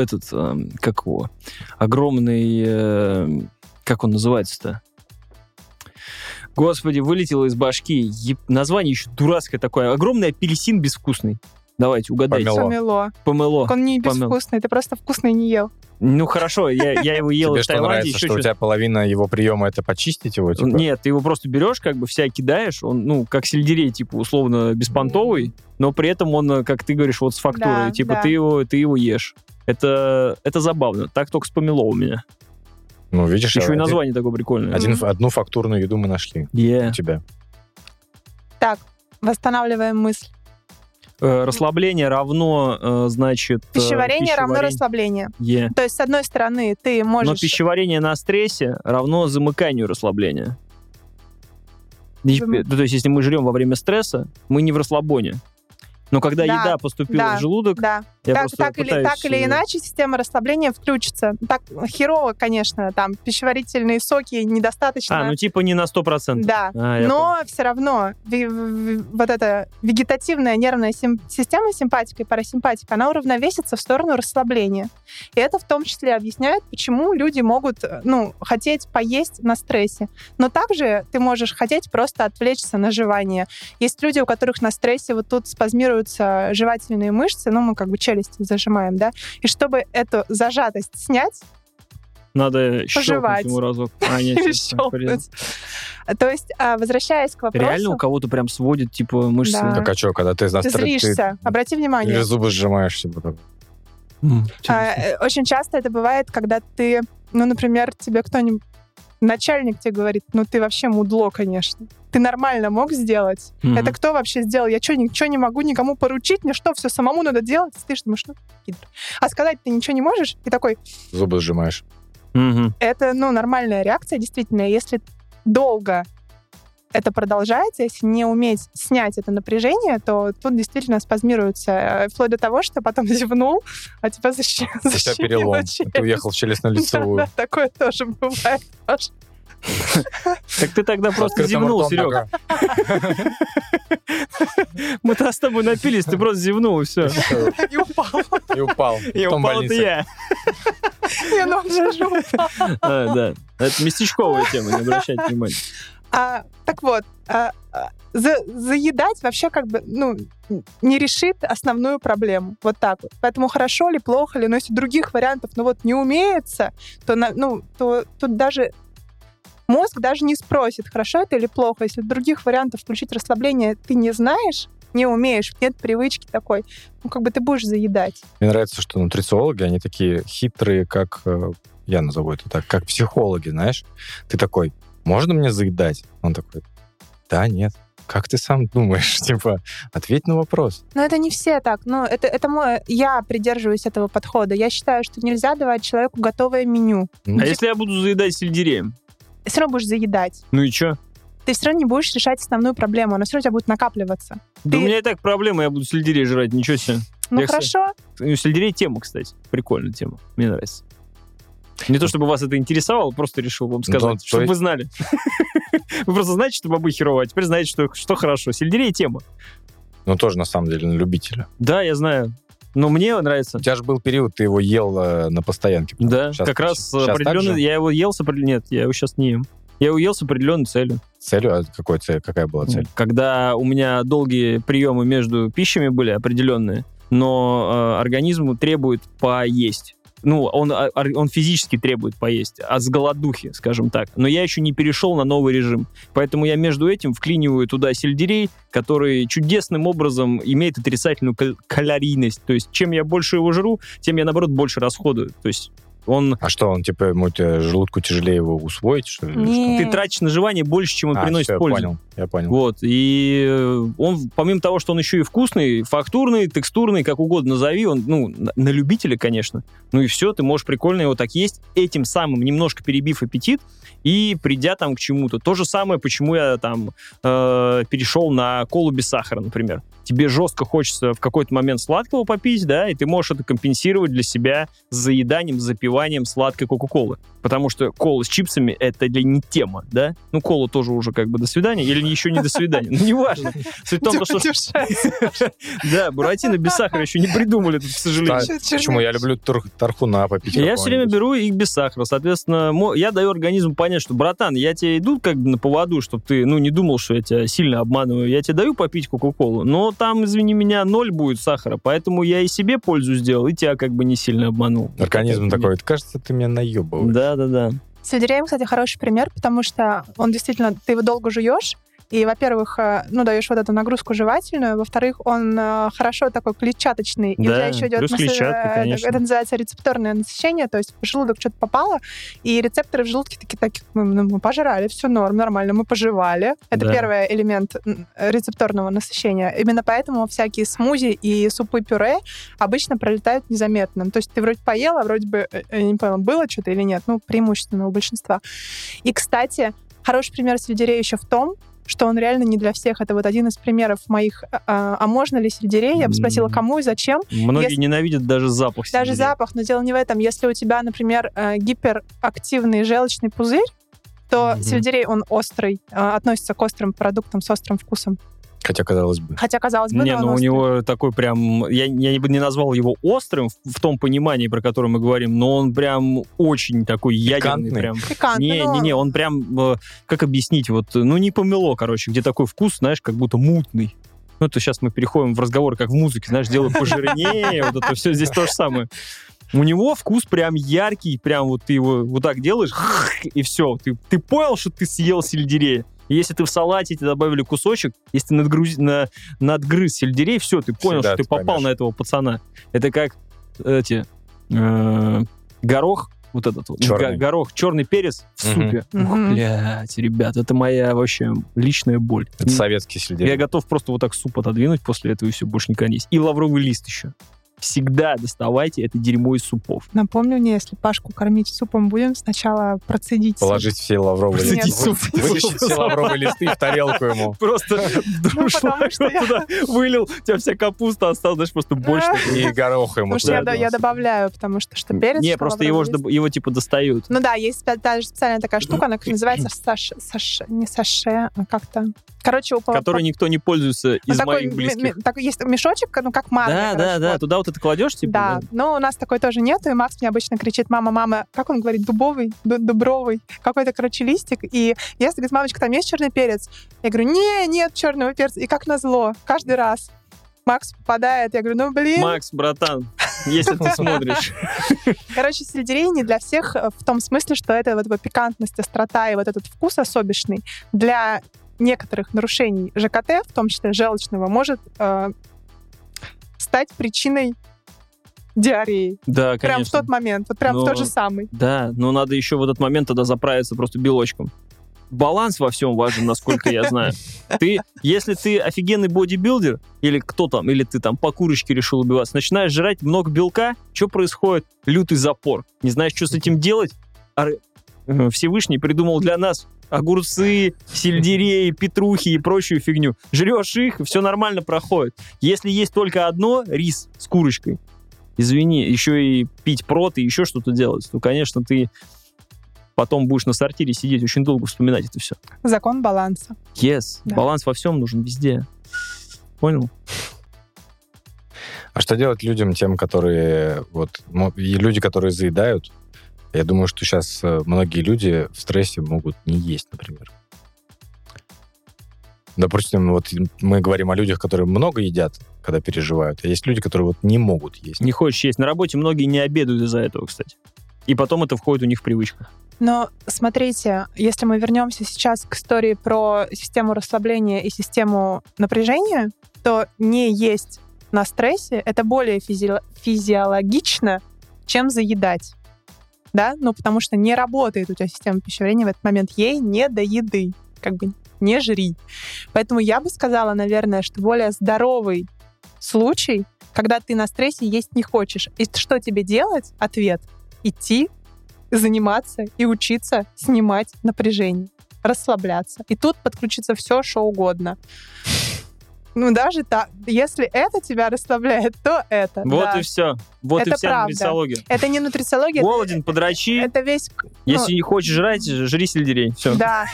огромный... как он называется-то? Господи, вылетело из башки. Название еще дурацкое такое. Огромный апельсин безвкусный. Давайте, угадайте. Помело. Он не безвкусный, ты просто вкусный не ел. Ну, хорошо, я его ел в Таиланде. Тебе что нравится, что у тебя половина его приема — это почистить его? Нет, ты его просто берешь, вся кидаешь, он, как сельдерей, условно, беспонтовый, но при этом он, как ты говоришь, вот с фактурой, да. ты его ешь. Это забавно. Так только с помело у меня. Ну, видишь... Еще и название такое прикольное. Одну фактурную еду мы нашли у тебя. Так, восстанавливаем мысль. Расслабление равно, значит... Пищеварение равно расслаблению. То есть, с одной стороны, ты можешь... Но пищеварение на стрессе равно замыканию расслабления. То есть, если мы жрем во время стресса, мы не в расслабоне. Но когда еда поступила в желудок, Так или иначе система расслабления включится. Так херово, конечно, там пищеварительные соки недостаточно. Не на 100%. Да, но все равно вот эта вегетативная нервная система, симпатика и парасимпатика, она уравновесится в сторону расслабления. И это в том числе объясняет, почему люди могут, хотеть поесть на стрессе. Но также ты можешь хотеть просто отвлечься на жевание. Есть люди, у которых на стрессе вот тут спазмируются жевательные мышцы, мы как бы челюсть зажимаем, да, и чтобы эту зажатость снять, надо щелкнуть ему разок. Щелкнуть. То есть, возвращаясь к вопросу... Реально у кого-то прям сводит, мышцы? Да. Так а что, когда ты злишься, обрати внимание. Или зубы сжимаешь, Очень часто это бывает, когда ты, например, тебе кто-нибудь, начальник тебе говорит, ты вообще мудло, конечно. Ты нормально мог сделать? Это кто вообще сделал? Я что, ничего не могу никому поручить? Мне что, все самому надо делать? Ты думаешь, а сказать ты ничего не можешь? И такой... Зубы сжимаешь. Это, нормальная реакция, действительно. Если долго это продолжается, если не уметь снять это напряжение, то тут действительно спазмируется, вплоть до того, что потом зевнул, а тебя защемило перелом. челюсть. Ты уехал в челюстно-лицевую. Да, такое тоже бывает, Паша. Так ты тогда просто зевнул, Серега. Мы-то с тобой напились, ты просто зевнул, и все. И упал. И упал это я. Я нож упал. Да, это местечковая тема, не обращайте внимания. Так вот, заедать вообще не решит основную проблему. Вот так вот. Поэтому хорошо ли, плохо ли, но если других вариантов не умеется, то тут даже мозг даже не спросит, хорошо это или плохо. Если других вариантов включить расслабление ты не знаешь, не умеешь, нет привычки такой, ты будешь заедать. Мне нравится, что нутрициологи, они такие хитрые, как, я назову это так, как психологи, знаешь. Ты такой, можно мне заедать? Он такой, да, нет. Как ты сам думаешь? Ответь на вопрос. Но это не все так. Я придерживаюсь этого подхода. Я считаю, что нельзя давать человеку готовое меню. Если я буду заедать сельдереем? Все равно будешь заедать. Ну и что? Ты все равно не будешь решать основную проблему. Она все равно у тебя будет накапливаться. Да у меня и так проблема, я буду сельдерей жрать, ничего себе. Хорошо. Сельдерей тема, кстати. Прикольная тема. Мне нравится. Не то, чтобы вас это интересовало, просто решил вам сказать, чтобы вы знали. Вы просто знаете, что бобы херово, а теперь знаете, что хорошо. Сельдерей тема. Тоже, на самом деле, на любителя. Да, я знаю. Но мне нравится. У тебя же был период, ты его ел на постоянке. Да, как раз определенно. Я его ел с определенной... Нет, я его сейчас не ем. Я его ел с определенной целью. Целью? А какой цель? Какая была цель? Когда у меня долгие приемы между пищами были определенные, но организму требует поесть. Он физически требует поесть, с голодухи, скажем так. Но я еще не перешел на новый режим. Поэтому я между этим вклиниваю туда сельдерей, который чудесным образом имеет отрицательную калорийность. То есть, чем я больше его жру, тем я, наоборот, больше расходую. То есть, А что, он, ему желудку тяжелее его усвоить, что ли? Нет. Ты тратишь на жевание больше, чем он приносит пользу. Я понял. Вот. И он, помимо того, что он еще и вкусный, фактурный, текстурный, как угодно назови, он, на любителя, конечно. И все, ты можешь прикольно его так есть, этим самым немножко перебив аппетит и придя к чему-то. То же самое, почему я перешел на колу без сахара, например. Тебе жестко хочется в какой-то момент сладкого попить, да, и ты можешь это компенсировать для себя с заеданием, запиванием сладкой кока-колы. Потому что кола с чипсами — это не тема, да? Кола тоже уже до свидания, или еще не до свидания. Неважно. Суть в том, что... Да, буратино без сахара еще не придумали, к сожалению. Почему? Я люблю тархуна попить. Я все время беру их без сахара. Соответственно, я даю организму понять, что, братан, я тебе иду на поводу, чтобы ты, не думал, что я тебя сильно обманываю. Я тебе даю попить кока-колу, но там, извини меня, 0 будет сахара, поэтому я и себе пользу сделал, и тебя не сильно обманул. Организм такой, кажется, ты меня наебываешь. Да. Сельдереем, кстати, хороший пример, потому что он действительно, ты его долго жуешь, и, во-первых, даешь вот эту нагрузку жевательную, во-вторых, он хорошо такой клетчаточный, и у тебя еще идет, это называется рецепторное насыщение, то есть в желудок что-то попало, и рецепторы в желудке такие мы пожрали, все норм, нормально, мы пожевали. Это первый элемент рецепторного насыщения. Именно поэтому всякие смузи и супы-пюре обычно пролетают незаметно. То есть ты вроде поела, вроде бы, я не поняла, было что-то или нет, преимущественно у большинства. И, кстати, хороший пример сельдерея еще в том, что он реально не для всех. Это вот один из примеров моих «А можно ли сельдерей?» Я бы спросила, кому и зачем. Многие ненавидят даже запах сельдерея. Даже запах, но дело не в этом. Если у тебя, например, гиперактивный желчный пузырь, то сельдерей, он острый, относится к острым продуктам с острым вкусом. Хотя, казалось бы. Не, ну у него такой прям... Я бы не назвал его острым в том понимании, про которое мы говорим, но он прям очень такой ядерный. Прям. Не, он прям... Как объяснить? Вот, не помело, короче, где такой вкус, знаешь, как будто мутный. Ну, то сейчас мы переходим в разговор, как в музыке, знаешь, делают пожирнее, вот это все здесь то же самое. У него вкус прям яркий, прям вот ты его вот так делаешь, и все. Ты понял, что ты съел сельдерей. И если ты в салате тебе добавили кусочек, если ты надгрыз сельдерей, все, ты понял, всегда что ты попал на этого пацана. Это как горох, вот этот вот, горох, черный перец в супе. Блядь, ребят, это моя вообще личная боль. Это советский сельдерей. Я готов просто вот так суп отодвинуть после этого, и все, больше никогда не есть. И лавровый лист еще. Всегда доставайте это дерьмо из супов. Напомню мне, если Пашку кормить супом будем, сначала процедить положить все лавровые листы. Вытащить все лавровые листы в тарелку ему. Просто друшлаг туда вылил, у тебя вся капуста осталась, даже просто больше. И горох ему. Потому что я добавляю, потому что перец... Не, просто его типа достают. Ну да, есть даже специальная такая штука, она называется не саше, а как-то... Короче, который никто не пользуется из моих близких. Такой есть мешочек, как марля. Да, туда вот это кладешь, типа? Да, но у нас такой тоже нету, и Макс мне обычно кричит: мама, как он говорит, дубровый, какой-то, короче, листик, и если говорит: мамочка, там есть черный перец? Я говорю: нет черного перца, и как назло, каждый раз Макс попадает, я говорю: Макс, братан, если ты смотришь. Короче, сельдерей не для всех в том смысле, что это вот пикантность, острота и вот этот вкус особенный. Для некоторых нарушений ЖКТ, в том числе желчного, может стать причиной диареи. Да, конечно. Прям в тот момент, вот прям в тот же самый. Да, но надо еще в этот момент тогда заправиться просто белочком. Баланс во всем важен, насколько я знаю. Если ты офигенный бодибилдер, или кто там, или ты там по курочке решил убиваться, начинаешь жрать много белка, что происходит? Лютый запор. Не знаешь, что с этим делать? Всевышний придумал для нас огурцы, сельдерей, петрухи и прочую фигню. Жрешь их, и все нормально проходит. Если есть только одно, рис с курочкой, извини, еще и пить прот, и еще что-то делать, то, конечно, ты потом будешь на сортире сидеть, очень долго вспоминать это все. Закон баланса. Yes. Да. Баланс во всем нужен везде. Понял? А что делать людям, тем, которые... люди, которые заедают? Я думаю, что сейчас многие люди в стрессе могут не есть, например. Допустим, вот мы говорим о людях, которые много едят, когда переживают, а есть люди, которые вот не могут есть. Не хочешь есть. На работе многие не обедают из-за этого, кстати. И потом это входит у них в привычку. Но смотрите, если мы вернемся сейчас к истории про систему расслабления и систему напряжения, то не есть на стрессе — это более физиологично, чем заедать. Да? Потому что не работает у тебя система пищеварения в этот момент. Ей не до еды. Не жри. Поэтому я бы сказала, наверное, что более здоровый случай, когда ты на стрессе есть не хочешь. И что тебе делать? Ответ: идти, заниматься и учиться снимать напряжение, расслабляться. И тут подключится все, что угодно. Даже так. Если это тебя расслабляет, то это. Вот да. И все. Вот это и вся правда. Нутрициология. Это не нутрициология. Голоден, подрачи. Это весь... Если не хочешь жрать, жри сельдерей. Все. Да.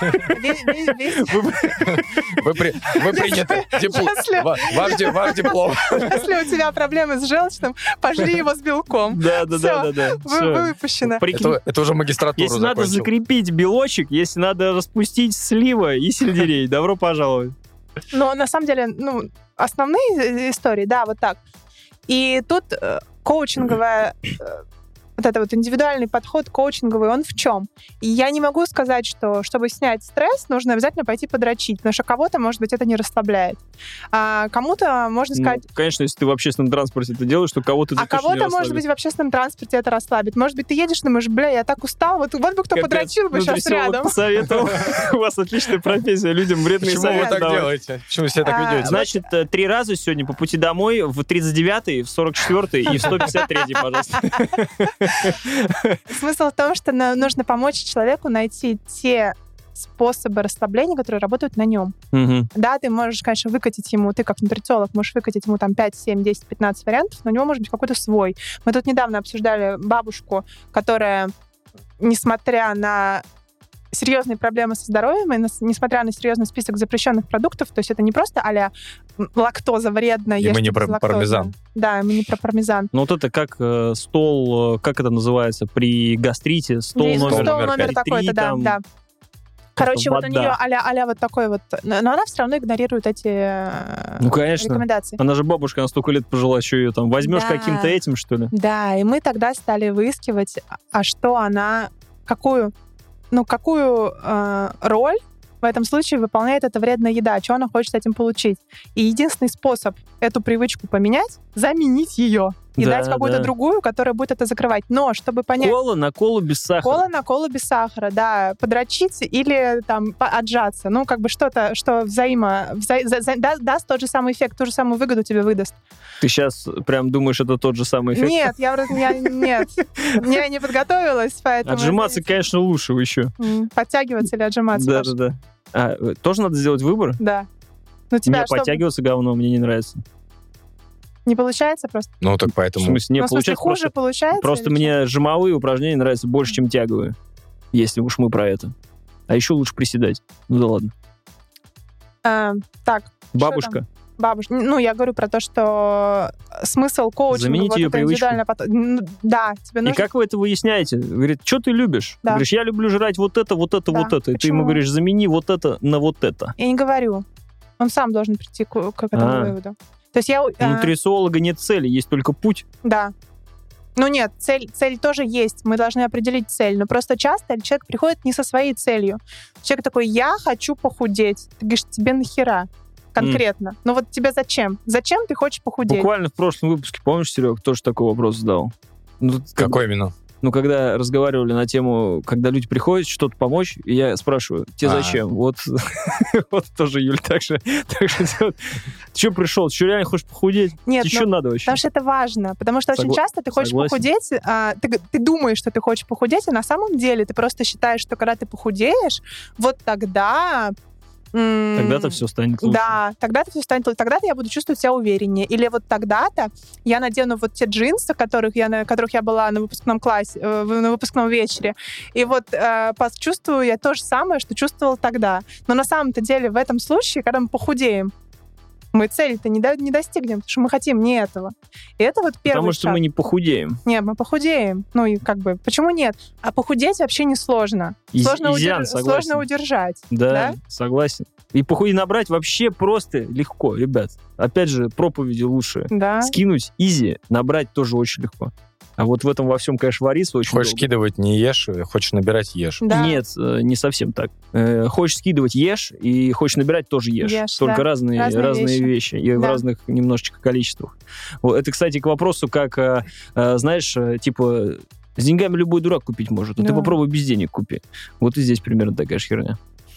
Вы приняты. Ваш диплом. Если у тебя проблемы с желчным, пожри его с белком. Да. Вы выпущены. Это уже магистратура. Если надо закрепить белочек, если надо распустить слива и сельдерей, добро пожаловать. Но на самом деле, основные истории, да, вот так. И тут коучинговая, вот это вот индивидуальный подход коучинговый, он в чем? И я не могу сказать, что чтобы снять стресс, нужно обязательно пойти подрочить, потому что кого-то, может быть, это не расслабляет. А кому-то можно сказать... Конечно, если ты в общественном транспорте это делаешь, то кого-то это точно не расслабит. Может быть, в общественном транспорте это расслабит. Может быть, ты едешь, думаешь: я так устал, вот бы кто подрочил бы сейчас рядом. Посоветовал. У вас отличная профессия, людям вредные советы. Почему вы так делаете? Почему вы себя так ведете? Значит, 3 раза сегодня по пути домой, в 39-й, в 44-й и в 153-й, пожалуйста. Смысл в том, что нужно помочь человеку найти те способы расслабления, которые работают на нем. Да, ты можешь, конечно, выкатить ему, ты как нутрициолог можешь выкатить ему там 5, 7, 10, 15 вариантов, но у него может быть какой-то свой. Мы тут недавно обсуждали бабушку, которая, несмотря на серьезные проблемы со здоровьем, и несмотря на серьезный список запрещенных продуктов, то есть это не просто а-ля лактоза вредно. И мы не про пармезан. Да, мы не про пармезан. Ну вот это как стол, как это называется, при гастрите, стол номер такой-то, да. Короче, вот у нее а-ля вот такой вот... Но она все равно игнорирует эти рекомендации. Она же бабушка, она столько лет пожила, что ее там возьмешь каким-то этим, что ли? Да, и мы тогда стали выискивать, а что она... Какую роль в этом случае выполняет эта вредная еда, что она хочет этим получить. И единственный способ эту привычку поменять — заменить ее и дать какую-то другую, которая будет это закрывать. Но чтобы понять... Кола на колу без сахара. Кола на колу без сахара, да. Подрочить или там отжаться. Ну, как бы что-то, что даст тот же самый эффект, ту же самую выгоду тебе выдаст. Ты сейчас прям думаешь, это тот же самый эффект? Нет, я не подготовилась, поэтому... Отжиматься, конечно, лучше еще. Подтягиваться или отжиматься? Да. Тоже надо сделать выбор? Да. Мне подтягиваться говно, мне не нравится. Не получается просто? Ну, так поэтому... В смысле, не получается. Хуже получается? Просто мне жимовые упражнения нравятся больше, чем тяговые. Если уж мы про это. А еще лучше приседать. Ну да ладно. Так. Бабушка. Ну, я говорю про то, что смысл коучинга... Заменить ее привычку. Да, тебе нужно... И как вы это выясняете? Говорит, что ты любишь? Да. Говоришь, я люблю жрать вот это, вот это, вот это. И ты ему говоришь, замени вот это на вот это. Я не говорю. Он сам должен прийти к этому выводу. То есть я... У нутрициолога нет цели, есть только путь. Да. Ну нет, цель тоже есть. Мы должны определить цель. Но просто часто человек приходит не со своей целью. Человек такой, я хочу похудеть. Ты говоришь, тебе нахера? Конкретно. Ну вот тебе зачем? Зачем ты хочешь похудеть? Буквально в прошлом выпуске, помнишь, Серег, тоже такой вопрос задал? Какой именно? Ну, когда разговаривали на тему, когда люди приходят что-то помочь, и я спрашиваю, тебе зачем? Вот тоже, Юль, так же делает. Ты что пришел? Ты что, реально хочешь похудеть? Нет, тебе что надо вообще? Потому что это важно. Потому что очень часто ты хочешь похудеть, ты думаешь, что ты хочешь похудеть, а на самом деле ты просто считаешь, что когда ты похудеешь, вот тогда... Тогда-то все станет лучше. Да, тогда-то все станет лучше. Тогда-то я буду чувствовать себя увереннее. Или вот тогда-то я надену вот те джинсы, которых я была на выпускном классе, на выпускном вечере. И вот почувствую я то же самое, что чувствовала тогда. Но на самом-то деле в этом случае, когда мы похудеем, мы цели-то не достигнем, потому что мы хотим не этого. И это вот первый Потому что шаг. мы не похудеем. Нет, мы похудеем. Ну и как бы, почему нет? А похудеть вообще не сложно. Сложно удержать. Да, согласен. И похудеть набрать вообще просто легко, ребят. Опять же, проповеди лучше. Да. Скинуть изи, набрать тоже очень легко. А вот в этом во всем, конечно, вариться очень Хочешь скидывать, не ешь, хочешь набирать, ешь. Да. Нет, не совсем так. Хочешь скидывать, ешь, и хочешь набирать, тоже ешь. Только да. разные вещи. И в разных немножечко количествах. Это, кстати, к вопросу, как, знаешь, типа, с деньгами любой дурак купить может. Да. Ты попробуй без денег купи. Вот и здесь примерно такая же херня.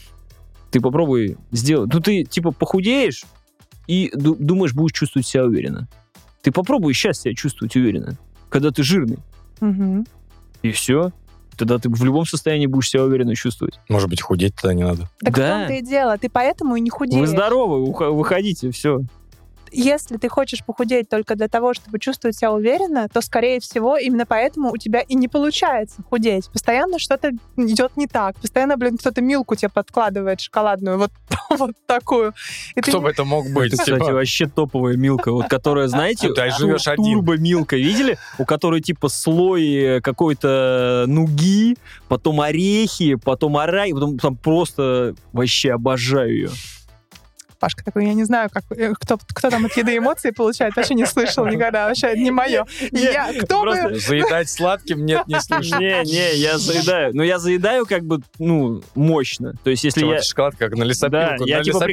Ты попробуй сделать. Ну, ты, типа, похудеешь и думаешь, будешь чувствовать себя уверенно. Ты попробуй сейчас себя чувствовать уверенно. Когда ты жирный. Угу. И все. Тогда ты в любом состоянии будешь себя уверенно чувствовать. Может быть, худеть тогда не надо. Так да. в том-то и дело. Ты поэтому и не худеешь. Вы здоровы, выходите, все. Если ты хочешь похудеть только для того, чтобы чувствовать себя уверенно, то, скорее всего, именно поэтому у тебя и не получается худеть. Постоянно что-то идет не так. Постоянно, кто-то милку тебе подкладывает шоколадную, вот такую. И кто бы это мог быть? Это, кстати, вообще топовая милка, вот которая, знаете, турбо-милка, видели? У которой типа слой какой-то нуги, потом орехи, потом арахис, потом там просто вообще обожаю ее. Пашка такой, я не знаю, кто там от еды эмоции получает, вообще не слышал никогда, вообще это не мое. Заедать сладким? Нет, не слышал. Не, я заедаю. Но я заедаю как бы, мощно. То есть если я... Шоколад как на лесопилку. Да, я типа...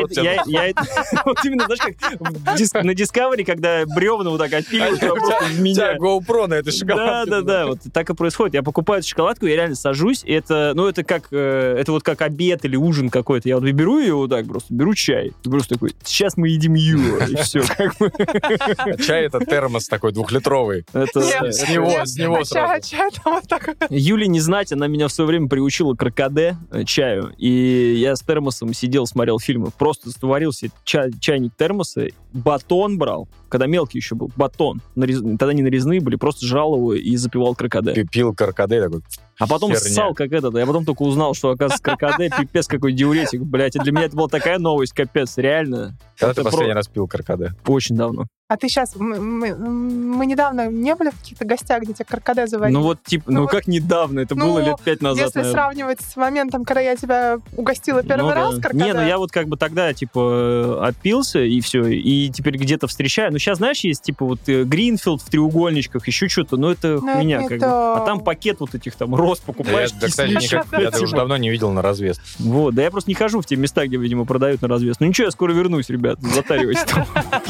Вот именно, знаешь, как на Discovery, когда бревна вот так отпиливают в меня. У тебя GoPro на этой шоколадке. Да, вот так и происходит. Я покупаю эту шоколадку, я реально сажусь, это вот как обед или ужин какой-то. Я вот беру ее вот так просто, беру чай, чай. Ты просто такой, сейчас мы едим его, и все. Чай — это термос такой 2-литровый. С него сразу. Чай там вот такой. Юле не знать, она меня в свое время приучила к крокоде чаю, и я с термосом сидел, смотрел фильмы, просто сварил себе чайник термоса, батон брал, когда мелкий еще был, батон, тогда не нарезные были, просто жрал его и запивал крокоде. Ты пил крокоде такой. А потом херня. ссал, как этот. Я потом только узнал, что, оказывается, крокоде пипец какой диуретик, блядь. И для меня это была такая новость, капец, реально. Когда ты Это последний раз пил крокоде? Очень давно. А ты сейчас... Мы недавно не были в каких-то гостях, где тебя крокоде заводили? Ну вот, типа, ну как недавно, это было лет 5 назад, Если наверное. сравнивать с моментом, когда я тебя угостила первый раз крокоде... Не, ну я вот как бы тогда, типа, опился, и все, и теперь где-то встречаю. Ну сейчас, знаешь, есть, типа, вот Гринфилд в треугольничках, еще что-то, но это хуйня, как бы. А там пакет вот этих там роз покупаешь. Я, кстати, уже давно не видел на развес. Вот, да я просто не хожу в те места, где, видимо, продают на развес. Ну ничего, я скоро вернусь, ребят, затаривайте там.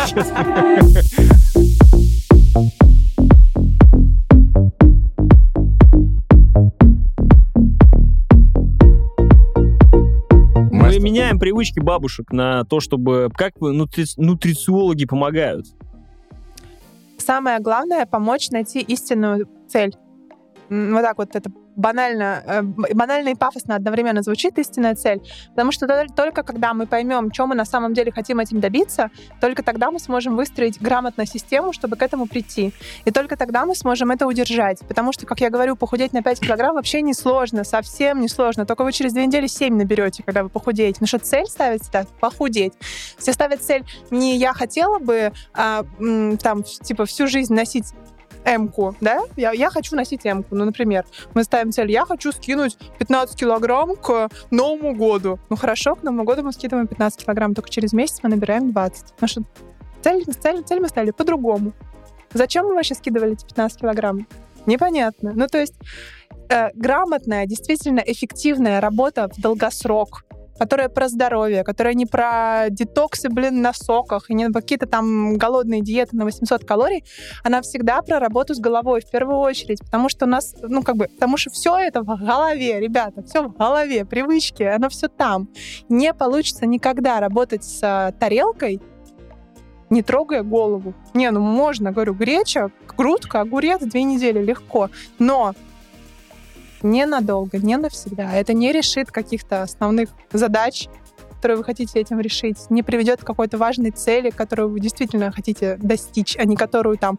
Мы меняем привычки бабушек на то, чтобы... Как нутрициологи помогают? Самое главное — помочь найти истинную цель. Вот так вот это банально и пафосно одновременно звучит, истинная цель. Потому что только когда мы поймем, что мы на самом деле хотим этим добиться, только тогда мы сможем выстроить грамотно систему, чтобы к этому прийти. И только тогда мы сможем это удержать. Потому что, как я говорю, похудеть на 5 килограмм вообще не сложно, совсем не сложно. Только вы через 2 недели 7 наберете, когда вы похудеете. Ну что, цель ставить всегда — похудеть. Все ставят цель не «я хотела бы там, типа, всю жизнь носить М-ку, да? Я хочу носить М-ку. Ну, например, мы ставим цель: я хочу скинуть 15 килограмм к Новому году. Ну, хорошо, к Новому году мы скидываем 15 килограмм, только через месяц мы набираем 20. Потому что цель мы ставили по-другому. Зачем мы вообще скидывали эти 15 килограмм? Непонятно. Ну, то есть грамотная, действительно эффективная работа в долгосрок, которая про здоровье, которая не про детоксы, на соках, и не про какие-то там голодные диеты на 800 калорий, она всегда про работу с головой в первую очередь, потому что у нас, потому что все это в голове, ребята, все в голове, привычки, оно все там. Не получится никогда работать с тарелкой, не трогая голову. Можно, говорю, греча, грудка, огурец 2 недели легко, но ненадолго, не навсегда. Это не решит каких-то основных задач, которые вы хотите этим решить, не приведет к какой-то важной цели, которую вы действительно хотите достичь, а не которую там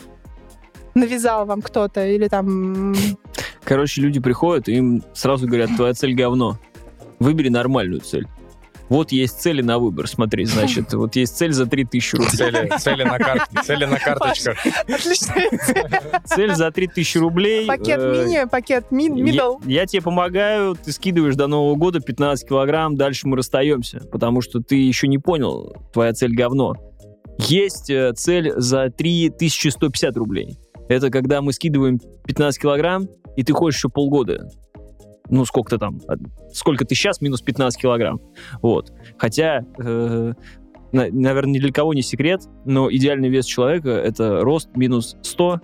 навязал вам кто-то или там... Короче, люди приходят, и им сразу говорят: твоя цель говно. Выбери нормальную цель. Вот есть цели на выбор, смотри, значит, вот есть цель за 3000 рублей. Цели на карточках. Отличная цель. Цель за 3000 рублей. Пакет мини, пакет middle. Я тебе помогаю, ты скидываешь до Нового года 15 килограмм, дальше мы расстаемся, потому что ты еще не понял, твоя цель говно. Есть цель за 3150 рублей. Это когда мы скидываем 15 килограмм, и ты ходишь еще полгода. Ну, сколько ты сейчас, минус 15 килограмм. Вот. Хотя, наверное, ни для кого не секрет, но идеальный вес человека — это рост минус 100,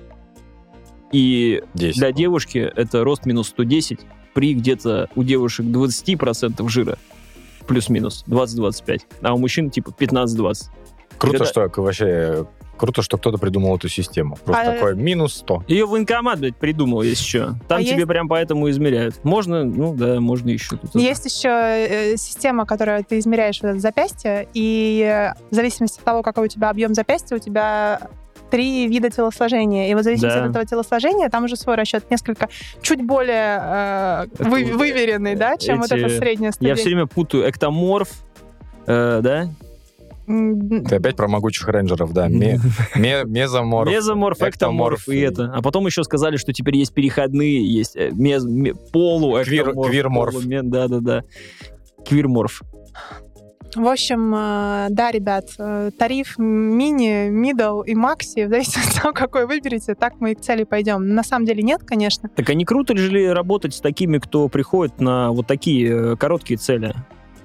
и 10. Для девушки это рост минус 110 при где-то у девушек 20% жира, плюс-минус 20-25, а у мужчин типа 15-20. Круто, что вообще... Круто, что кто-то придумал эту систему. Просто такое минус 100. Ее военкомат, блядь, придумал, если что. Там тебе прям поэтому измеряют. Можно, можно еще. Есть еще система, которую ты измеряешь в запястье, и в зависимости от того, какой у тебя объем запястья, у тебя 3 вида телосложения. И вот в зависимости от этого телосложения там уже свой расчет несколько чуть более выверенный, да, чем вот это среднее стадия. Я все время путаю эктоморф, да? Ты опять про могучих рейнджеров, да. Мезоморф. Мезоморф, эктоморф и это. А потом еще сказали, что теперь есть переходные, есть полуэктоморф. Квирморф. Да. Квирморф. В общем, да, ребят, тариф мини, middle и макси, в зависимости от того, какой выберете, так мы и к цели пойдем. На самом деле нет, конечно. Так а не круто ли работать с такими, кто приходит на вот такие короткие цели?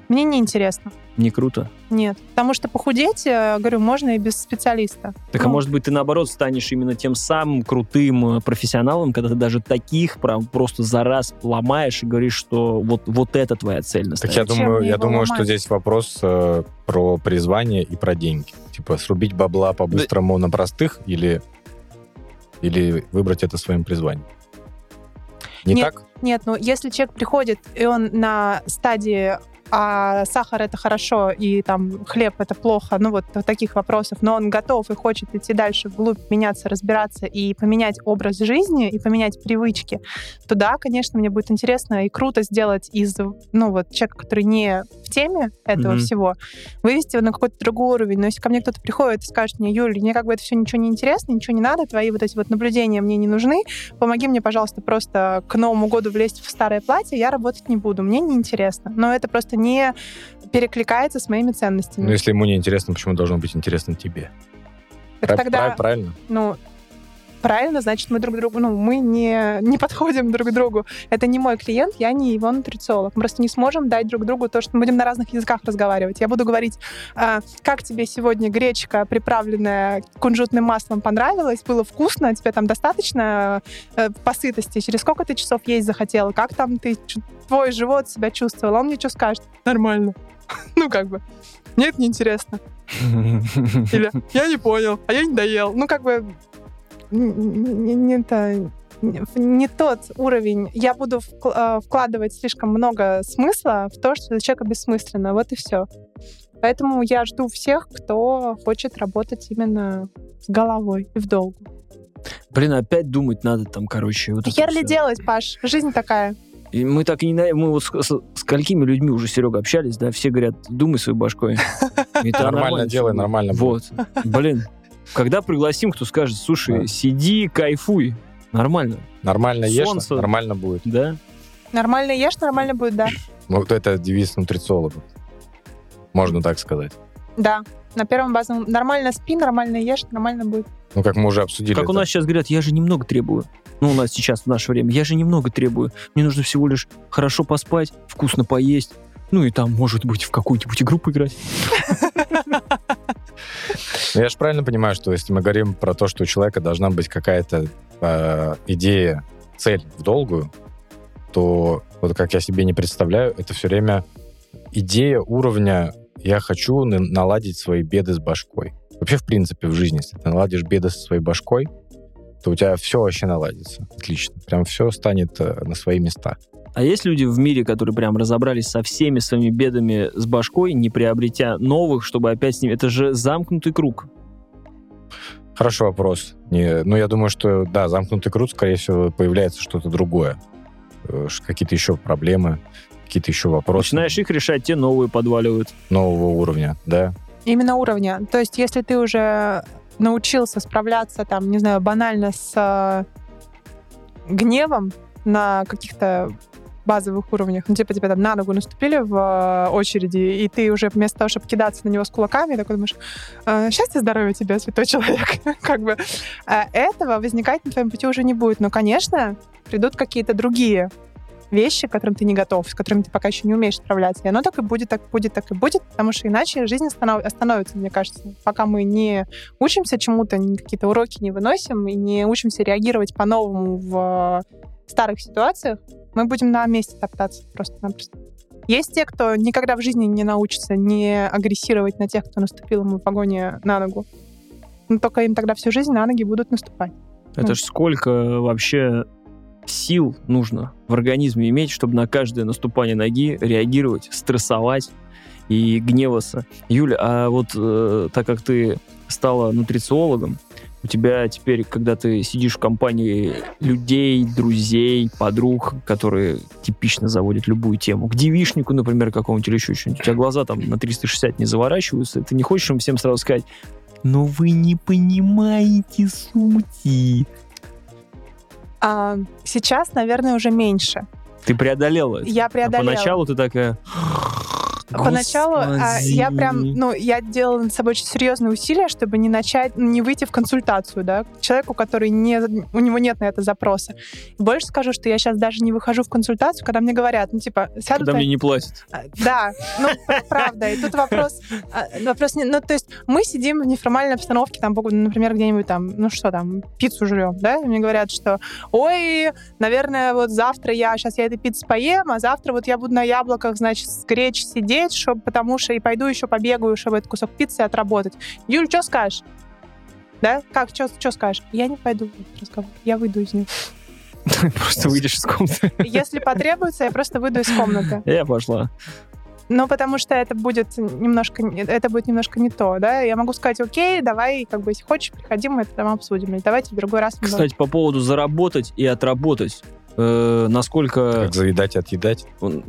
Мне неинтересно. Не круто. Нет. Потому что похудеть, говорю, можно и без специалиста. Так, а может быть, ты, наоборот, станешь именно тем самым крутым профессионалом, когда ты даже таких просто за раз ломаешь и говоришь, что вот это твоя цель настоящая. Так я думаю, что здесь вопрос про призвание и про деньги. Типа, срубить бабла по-быстрому на простых или выбрать это своим призванием? Не так? Нет, ну если человек приходит, и он на стадии сахар это хорошо, и там хлеб это плохо, ну вот таких вопросов, но он готов и хочет идти дальше вглубь, меняться, разбираться и поменять образ жизни, и поменять привычки, то да, конечно, мне будет интересно и круто сделать из, человека, который не в теме этого всего, вывести его на какой-то другой уровень. Но если ко мне кто-то приходит и скажет мне: Юль, мне как бы это все ничего не интересно, ничего не надо, твои вот эти вот наблюдения мне не нужны, помоги мне, пожалуйста, просто к Новому году влезть в старое платье, я работать не буду, мне неинтересно. Но это просто не перекликается с моими ценностями. Но если ему не интересно, почему должно быть интересно тебе? Так тогда, правильно? Правильно, значит, мы друг другу, мы не подходим друг к другу. Это не мой клиент, я не его нутрициолог. Мы просто не сможем дать друг другу то, что мы будем на разных языках разговаривать. Я буду говорить: как тебе сегодня гречка, приправленная кунжутным маслом, понравилась, было вкусно, тебе там достаточно по сытости, через сколько ты часов есть захотела, как там твой живот себя чувствовал. Он мне что скажет? Нормально. Мне это неинтересно. Или я не понял, а я не доел. Не тот уровень. Я буду вкладывать слишком много смысла в то, что для человека бессмысленно. Вот и все. Поэтому я жду всех, кто хочет работать именно с головой и в долгу. Блин, опять думать надо там, Хер ли делать, Паш? Жизнь такая. И мы так и не... Мы вот с сколькими людьми уже, Серега, общались, да, все говорят: думай своей башкой. Нормально делай, нормально будет. Вот. Блин. Когда пригласим, кто скажет: слушай, сиди, кайфуй. Нормально. Нормально ешь, нормально будет. Да. Нормально ешь, нормально будет, да. Вот это девиз нутрициолога. Можно так сказать. Да. На первом базовом: нормально спи, нормально ешь, нормально будет. Как мы уже обсудили. Как у нас сейчас говорят: я же немного требую. У нас сейчас, в наше время, я же немного требую. Мне нужно всего лишь хорошо поспать, вкусно поесть, и там, может быть, в какую-нибудь игру поиграть. Я же правильно понимаю, что если мы говорим про то, что у человека должна быть какая-то идея, цель в долгую, то вот как я себе не представляю, это все время идея уровня «я хочу наладить свои беды с башкой». Вообще, в принципе, в жизни, если ты наладишь беды со своей башкой, то у тебя все вообще наладится. Отлично. Прям все станет на свои места. А есть люди в мире, которые прям разобрались со всеми своими бедами с башкой, не приобретя новых, чтобы опять с ними... Это же замкнутый круг. Хороший вопрос. Я думаю, что, да, замкнутый круг, скорее всего, появляется что-то другое. Какие-то еще проблемы, какие-то еще вопросы. Начинаешь их решать, те новые подваливают. Нового уровня, да. Именно уровня. То есть, если ты уже научился справляться, банально с гневом на каких-то базовых уровнях, тебе на ногу наступили в очереди, и ты уже вместо того, чтобы кидаться на него с кулаками, такой думаешь: счастья, здоровья тебе, святой человек. Этого возникать на твоем пути уже не будет. Но, конечно, придут какие-то другие вещи, к которым ты не готов, с которыми ты пока еще не умеешь справляться. И оно так и будет, потому что иначе жизнь остановится, мне кажется. Пока мы не учимся чему-то, какие-то уроки не выносим и не учимся реагировать по-новому в старых ситуациях, мы будем на месте топтаться просто-напросто. Есть те, кто никогда в жизни не научится не агрессировать на тех, кто наступил ему в вагоне на ногу. Но только им тогда всю жизнь на ноги будут наступать. Это ж сколько вообще сил нужно в организме иметь, чтобы на каждое наступание ноги реагировать, стрессовать и гневаться. Юля, а вот так как ты стала нутрициологом, у тебя теперь, когда ты сидишь в компании людей, друзей, подруг, которые типично заводят любую тему, к девичнику, например, какому-нибудь или еще что-нибудь, у тебя глаза там на 360 не заворачиваются, ты не хочешь им всем сразу сказать: но вы не понимаете сути. Сейчас, наверное, уже меньше. Ты преодолела это. Я преодолела. А поначалу ты такая... Поначалу я прям, я делала над собой очень серьезные усилия, чтобы не выйти в консультацию, да, к человеку, который у него нет на это запроса. Больше скажу, что я сейчас даже не выхожу в консультацию, когда мне говорят, сядут... Когда мне не платят. Да, правда. И тут вопрос, то есть мы сидим в неформальной обстановке, там, например, где-нибудь там, пиццу жрем, да, и мне говорят, что, ой, наверное, вот завтра я этой пиццы поем, а завтра вот я буду на яблоках, значит, с греч сидеть, потому что и пойду еще побегаю, чтобы этот кусок пиццы отработать. Юль, что скажешь? Да? Как, что скажешь? Я не пойду в этот разговор, я выйду из него. Просто выйдешь из комнаты. Если потребуется, я просто выйду из комнаты. Я пошла. Потому что это будет немножко не то, да? Я могу сказать, окей, давай, если хочешь, приходи, мы это там обсудим. Или давайте в другой раз. Кстати, по поводу заработать и отработать. Насколько... Как заедать и отъедать?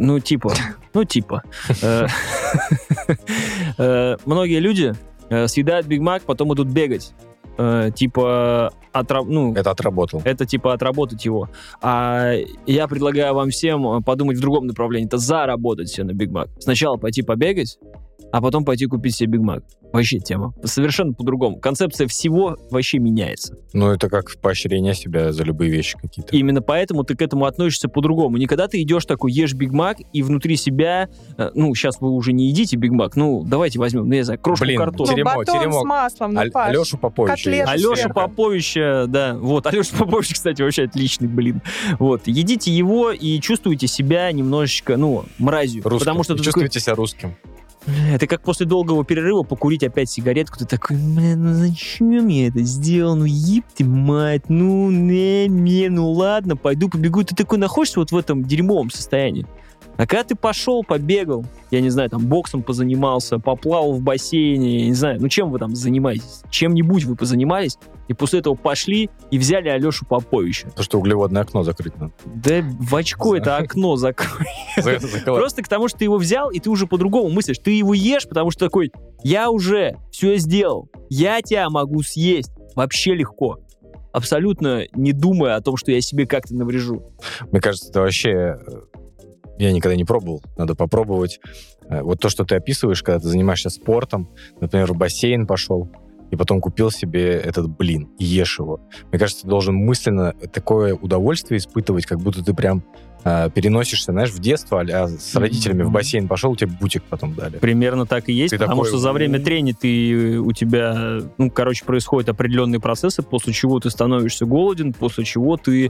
Многие люди съедают Биг Мак, потом идут бегать. Это отработал. Это отработать его. А я предлагаю вам всем подумать в другом направлении. Это заработать себе на Биг Мак. Сначала пойти побегать, а потом пойти купить себе Биг Мак. Вообще тема. Совершенно по-другому. Концепция всего вообще меняется. Это как поощрение себя за любые вещи какие-то. И именно поэтому ты к этому относишься по-другому. Не когда ты идешь такой, ешь Биг Мак, и внутри себя... сейчас вы уже не едите Биг Мак, давайте возьмем, я знаю, крошку картошки. Батон с маслом, Алешу Поповича. Алеша Поповича, да. Вот, Алеша Попович, кстати, вообще отличный блин. Вот, едите его и чувствуете себя немножечко, мразью. Русским. Потому что чувствуете себя русским. Это как после долгого перерыва покурить опять сигаретку. Ты такой, зачем я это сделал? Еб ты мать, ладно, пойду побегу. Ты такой находишься вот в этом дерьмовом состоянии. А когда ты пошел, побегал, я не знаю, там боксом позанимался, поплавал в бассейне, я не знаю, чем вы там занимаетесь? Чем-нибудь вы позанимались, и после этого пошли и взяли Алешу Поповича. То, что углеводное окно закрыть надо. Да в очко это окно закрыть. Просто к тому, что ты его взял, и ты уже по-другому мыслишь. Ты его ешь, потому что такой, я уже все сделал, я тебя могу съесть. Вообще легко. Абсолютно не думая о том, что я себе как-то наврежу. Мне кажется, это вообще... Я никогда не пробовал, надо попробовать. Вот то, что ты описываешь, когда ты занимаешься спортом, например, в бассейн пошел, и потом купил себе этот блин и ешь его. Мне кажется, ты должен мысленно такое удовольствие испытывать, как будто ты прям переносишься, знаешь, в детство, с родителями в бассейн пошел, тебе бутик потом дали. Примерно так и есть, потому что за время трения у тебя, происходят определенные процессы, после чего ты становишься голоден, после чего ты...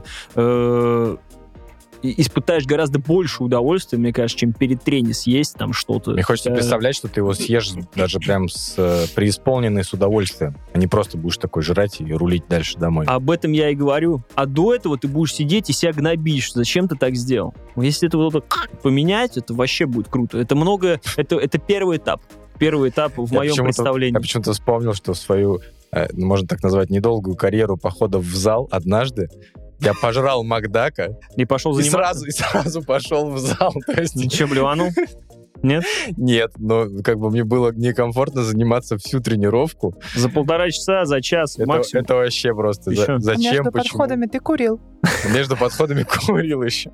испытаешь гораздо больше удовольствия, мне кажется, чем перед тренингом съесть там что-то. Мне хочется представлять, что ты его съешь даже прям преисполненный с удовольствием, а не просто будешь такой жрать и рулить дальше домой. Об этом я и говорю. А до этого ты будешь сидеть и себя гнобить, что зачем ты так сделал. Если это вот поменять, это вообще будет круто. Это это первый этап. Первый этап в моем представлении. Я почему-то вспомнил, что в свою, можно так назвать, недолгую карьеру походов в зал однажды я пожрал Макдака и пошел заниматься. И сразу пошел в зал. Ничего, блеванул? Нет? Нет, но мне было некомфортно заниматься всю тренировку. За 1,5 часа, за час максимум. Это вообще просто... Зачем? Между подходами ты курил. Между подходами курил еще.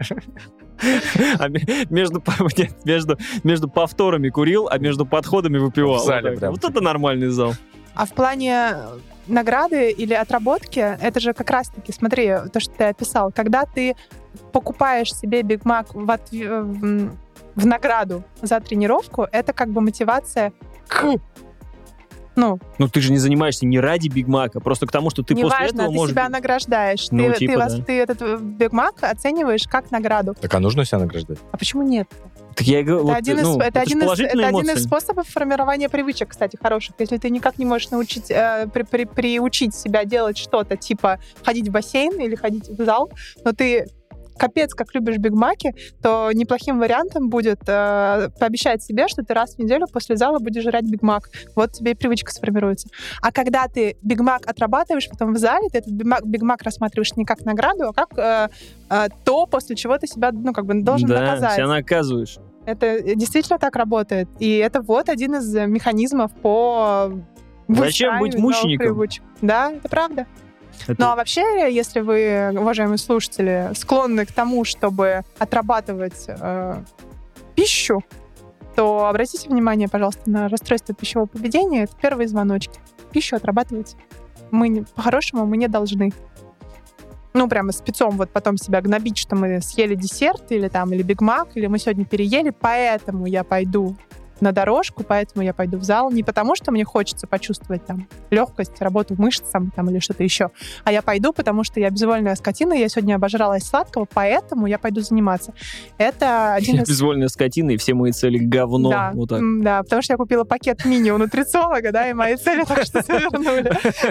Между повторами курил, а между подходами выпивал. В зале прям. Вот это нормальный зал. А в плане награды или отработки, это же как раз-таки, смотри, то, что ты описал, когда ты покупаешь себе Биг Мак в награду за тренировку, это как бы мотивация к... ты же не занимаешься не ради Биг Мака, просто к тому, что ты после этого можешь... Неважно, ты себя награждаешь. Ты этот Биг Мак оцениваешь как награду. Так а нужно себя награждать? А почему нет? Так я говорю, это один из способов формирования привычек, кстати, хороших. Если ты никак не можешь приучить себя делать что-то, типа ходить в бассейн или ходить в зал, но ты капец как любишь Биг Маки, то неплохим вариантом будет пообещать себе, что ты раз в неделю после зала будешь жрать Биг Мак. Вот тебе и привычка сформируется. А когда ты Биг Мак отрабатываешь потом в зале, ты этот Биг Мак рассматриваешь не как награду, а как то, после чего ты себя должен наказать. Да, себя наказываешь. Это действительно так работает. И это вот один из механизмов по... Зачем быть мучеником? Да, это правда. Ну а вообще, если вы, уважаемые слушатели, склонны к тому, чтобы отрабатывать пищу, то обратите внимание, пожалуйста, на расстройство пищевого поведения. Это первые звоночки. Пищу отрабатывать по-хорошему мы не должны. Прямо спецом вот потом себя гнобить, что мы съели десерт или Биг Мак, или мы сегодня переели, поэтому я пойду на дорожку, поэтому я пойду в зал. Не потому, что мне хочется почувствовать легкость, работу мышцам или что-то еще, а я пойду, потому что я безвольная скотина, я сегодня обожралась сладкого, поэтому я пойду заниматься. Это один из... Безвольная скотина, и все мои цели говно. Да, вот так. Да, потому что я купила пакет мини у нутрициолога, и мои цели так что завернули.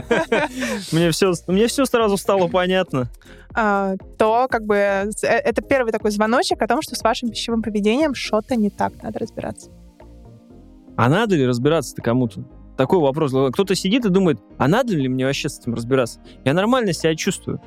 Мне все сразу стало понятно. То это первый такой звоночек о том, что с вашим пищевым поведением что-то не так, надо разбираться. А надо ли разбираться-то кому-то? Такой вопрос. Кто-то сидит и думает, а надо ли мне вообще с этим разбираться? Я нормально себя чувствую.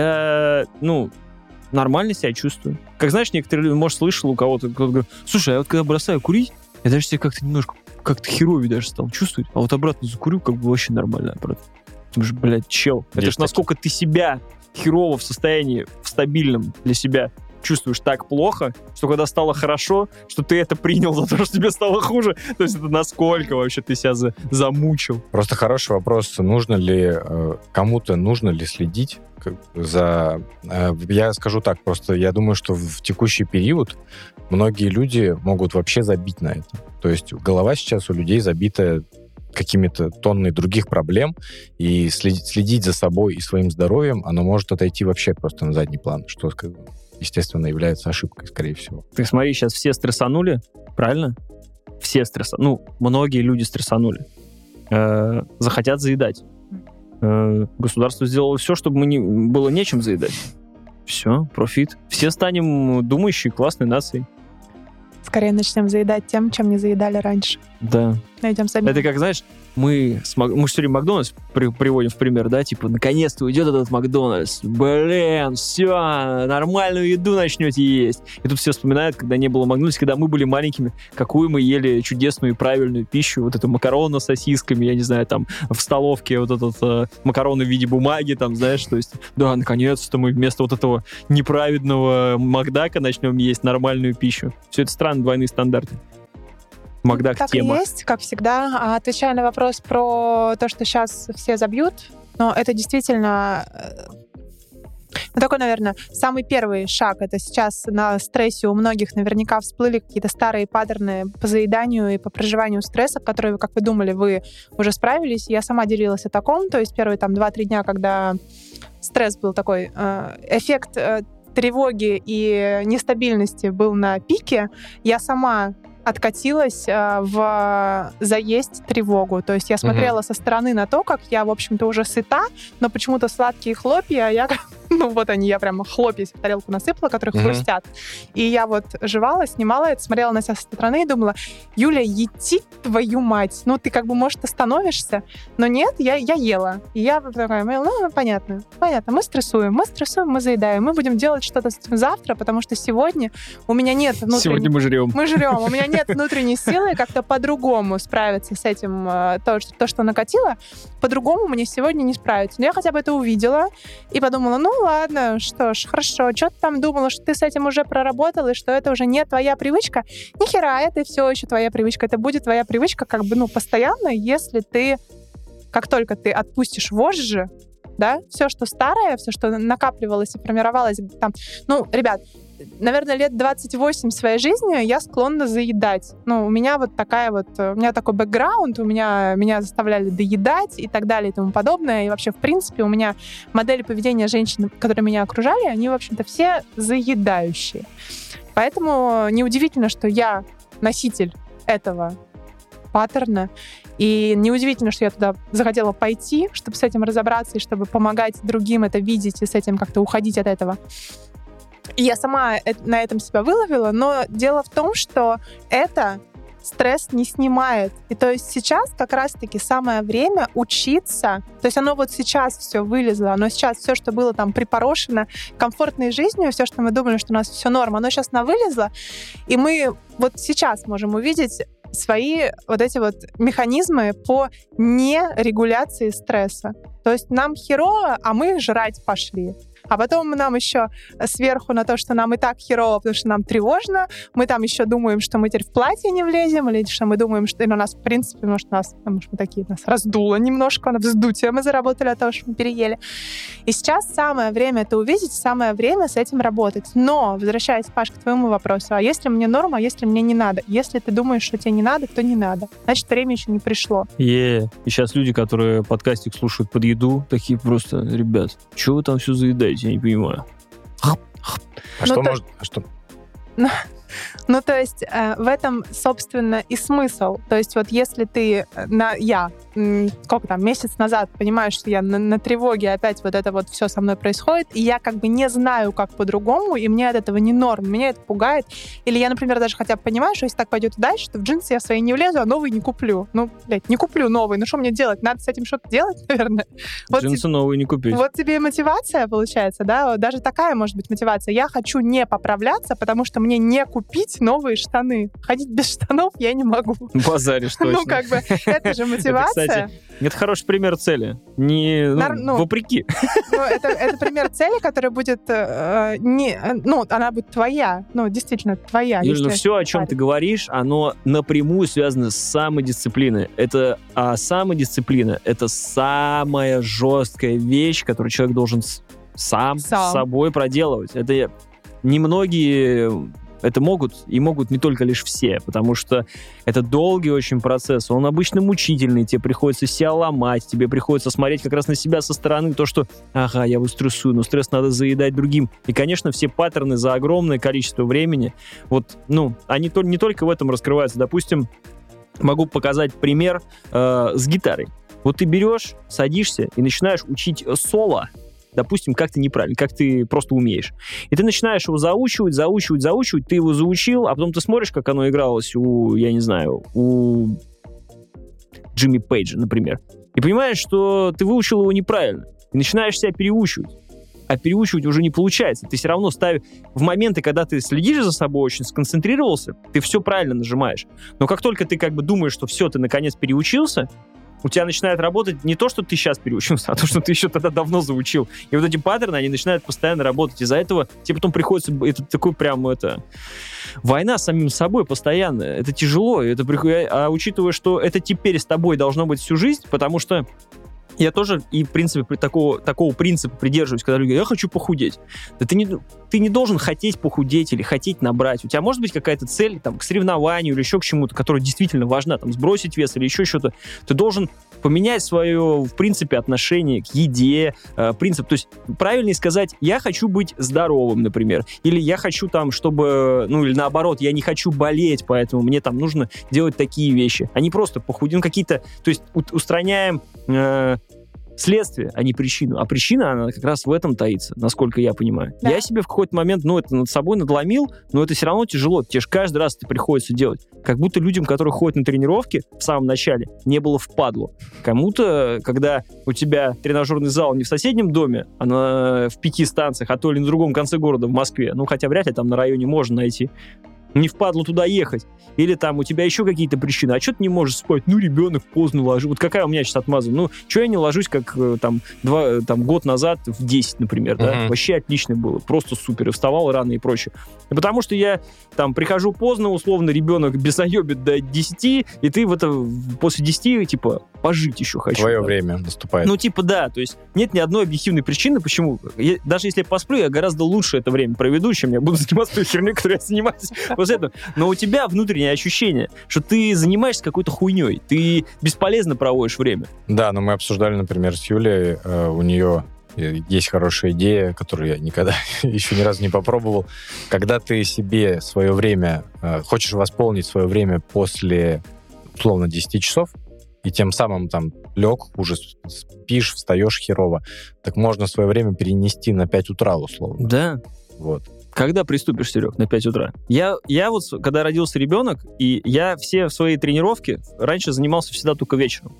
Нормально себя чувствую. Как знаешь, некоторые люди, может, слышал у кого-то, кто-то говорит, слушай, я вот когда бросаю курить, я даже себя как-то немножко, херовее даже стал чувствовать, а вот обратно закурю, вообще нормально обратно. Потому что, блядь, чел, это ж насколько ты себя херово в состоянии, в стабильном для себя чувствуешь так плохо, что когда стало хорошо, что ты это принял за то, что тебе стало хуже. То есть это насколько вообще ты себя замучил? Просто хороший вопрос, кому-то нужно ли следить за... Я скажу так, просто я думаю, что в текущий период многие люди могут вообще забить на это. То есть голова сейчас у людей забита какими-то тонной других проблем, и следить за собой и своим здоровьем, оно может отойти вообще просто на задний план, что, естественно, является ошибкой, скорее всего. Ты смотри, сейчас все стрессанули, правильно? Все стрессанули. Многие люди стрессанули. Захотят заедать. Государство сделало все, чтобы было нечем заедать. Все, профит. Все станем думающей, классной нацией. Скорее начнем заедать тем, чем не заедали раньше. Да. Найдем сами. Это как, знаешь, мы все время Макдональдс приводим в пример, да, наконец-то уйдет этот Макдональдс, все, нормальную еду начнете есть. И тут все вспоминают, когда не было Макдональдса, когда мы были маленькими, какую мы ели чудесную и правильную пищу, вот эту макароны с сосисками, я не знаю, в столовке вот этот макароны в виде бумаги, знаешь, то есть, да, наконец-то мы вместо вот этого неправедного Макдака начнем есть нормальную пищу. Все это странно, двойные стандарты. Макдак так тема. И есть, как всегда. Отвечая на вопрос про то, что сейчас все забьют, но это действительно... такой, наверное, самый первый шаг. Это сейчас на стрессе у многих наверняка всплыли какие-то старые паттерны по заеданию и по проживанию стресса, которые, как вы думали, вы уже справились. Я сама делилась о таком. То есть первые 2-3 дня, когда стресс был такой, эффект тревоги и нестабильности был на пике, я сама откатилась в заесть тревогу. То есть я смотрела со стороны на то, как я, в общем-то, уже сыта, но почему-то сладкие хлопья, я я прямо хлопья в тарелку насыпала, которые хрустят. И я жевала, снимала это, смотрела на себя со стороны и думала, Юля, ети твою мать. Ты может, остановишься, но нет, я ела. И я такая, понятно, мы стрессуем, мы заедаем, мы будем делать что-то с этим завтра, потому что сегодня у меня нет внутренней... Сегодня мы жрем. У меня нет внутренней силы как-то по-другому справиться с этим, то, что накатило, по-другому мне сегодня не справиться. Но я хотя бы это увидела и подумала, ладно, что ж, хорошо, что ты там думала, что ты с этим уже проработал, и что это уже не твоя привычка? Ни хера, это все еще твоя привычка. Это будет твоя привычка постоянно, если ты, как только ты отпустишь вожжи, да, все, что старое, все, что накапливалось и формировалось ребят, наверное, лет 28 в своей жизни я склонна заедать. У меня у меня такой бэкграунд, меня заставляли доедать и так далее и тому подобное. И вообще, в принципе, у меня модели поведения женщин, которые меня окружали, они, в общем-то, все заедающие. Поэтому неудивительно, что я носитель этого паттерна. И неудивительно, что я туда захотела пойти, чтобы с этим разобраться и чтобы помогать другим это видеть и с этим как-то уходить от этого. И я сама на этом себя выловила, но дело в том, что это стресс не снимает. И то есть сейчас как раз-таки самое время учиться. То есть оно сейчас все вылезло, оно сейчас все, что было припорошено комфортной жизнью, все, что мы думали, что у нас все норм, оно сейчас вылезло. И мы сейчас можем увидеть свои эти механизмы по нерегуляции стресса. То есть нам херово, а мы жрать пошли. А потом нам еще сверху на то, что нам и так херово, потому что нам тревожно, мы там еще думаем, что мы теперь в платье не влезем, или что мы думаем, что у нас, в принципе, может, нас раздуло немножко, на вздутие мы заработали от того, что мы переели. И сейчас самое время это увидеть, самое время с этим работать. Но, возвращаясь, Паш, к твоему вопросу, а если мне норма, а если мне не надо? Если ты думаешь, что тебе не надо, то не надо. Значит, время еще не пришло. И сейчас люди, которые подкастик слушают под еду, такие просто, ребят, что вы там все заедаете, я не понимаю. Ну, то есть в этом, собственно, и смысл. То есть вот если ты, месяц назад понимаю, что я на тревоге, опять вот это вот все со мной происходит, и я как бы не знаю, как по-другому, и мне от этого не норм, меня это пугает. Или я, например, даже хотя бы понимаю, что если так пойдет и дальше, то в джинсы я свои не влезу, а новые не куплю. Ну, не куплю новые. Ну, что мне делать? Надо с этим что-то делать, наверное. Джинсы новые не купить. Вот тебе и мотивация, получается, да? Даже такая может быть мотивация. Я хочу не поправляться, потому что мне не купить новые штаны. Ходить без штанов я не могу. Базаришь точно. Ну, как бы, это же мотивация. Это, кстати, это хороший пример цели. Вопреки. Это пример цели, которая будет она будет твоя. Ну, действительно, твоя. Юль, все, о чем ты говоришь, оно напрямую связано с самодисциплиной. А самодисциплина — это самая жесткая вещь, которую человек должен сам с собой проделывать. Это немногие... Это могут не только лишь все, потому что это долгий очень процесс, он обычно мучительный, тебе приходится себя ломать, тебе приходится смотреть как раз на себя со стороны, то, что, я вот стрессую, но стресс надо заедать другим. И, конечно, все паттерны за огромное количество времени, они не только в этом раскрываются. Допустим, могу показать пример с гитарой. Вот ты берешь, садишься и начинаешь учить соло, допустим, как ты неправильно, как ты просто умеешь. И ты начинаешь его заучивать, ты его заучил, а потом ты смотришь, как оно игралось у Джимми Пейджа, например, и понимаешь, что ты выучил его неправильно, и начинаешь себя переучивать. А переучивать уже не получается. Ты все равно в моменты, когда ты следишь за собой, очень сконцентрировался, ты все правильно нажимаешь. Но как только ты как бы думаешь, что все, ты наконец переучился, у тебя начинает работать не то, что ты сейчас переучился, а то, что ты еще тогда давно заучил. И вот эти паттерны, они начинают постоянно работать. Из-за этого тебе потом приходится... Это такой война с самим собой постоянно. Это тяжело. А учитывая, что это теперь с тобой должно быть всю жизнь, потому что я тоже, и в принципе, такого принципа придерживаюсь, когда люди говорят, я хочу похудеть. Да ты не должен хотеть похудеть или хотеть набрать. У тебя может быть какая-то цель к соревнованию или еще к чему-то, которая действительно важна, сбросить вес или еще что-то. Ты должен поменять свое, в принципе, отношение к еде, принцип. То есть правильнее сказать, я хочу быть здоровым, например, или я хочу чтобы, или наоборот, я не хочу болеть, поэтому мне нужно делать такие вещи. А не просто похудеть, какие-то, то есть устраняем следствие, а не причину. А причина, она как раз в этом таится, насколько я понимаю. Да. Я себе в какой-то момент, это над собой надломил, но это все равно тяжело. Тебе же каждый раз это приходится делать. Как будто людям, которые ходят на тренировки в самом начале, не было впадлу. Кому-то, когда у тебя тренажерный зал не в соседнем доме, а в 5 станциях, а то или на другом конце города, в Москве, хотя вряд ли там на районе можно найти, не впадло туда ехать. Или у тебя еще какие-то причины. А что ты не можешь спать? Ребенок поздно ложится. Вот какая у меня сейчас отмаза? Что я не ложусь, как год назад в 10, например, да? Вообще отлично было. Просто супер. И вставал рано и прочее. И потому что я прихожу поздно, условно, ребенок бесоебит до 10, и ты после 10, пожить еще хочу. Твое время наступает. Да. То есть нет ни одной объективной причины, почему. Даже если я посплю, я гораздо лучше это время проведу, чем я буду заниматься той херней, которой я занимаюсь. Но у тебя внутреннее ощущение, что ты занимаешься какой-то хуйней, ты бесполезно проводишь время. Да, но мы обсуждали, например, с Юлей, у нее есть хорошая идея, которую я никогда еще ни разу не попробовал. Когда ты себе свое время, хочешь восполнить свое время после, условно, 10 часов, и тем самым лег, уже спишь, встаешь херово, так можно свое время перенести на 5 утра, условно. Да. Вот. Когда приступишь, Серег, на 5 утра? Я когда родился ребенок, и я все свои тренировки раньше занимался всегда только вечером.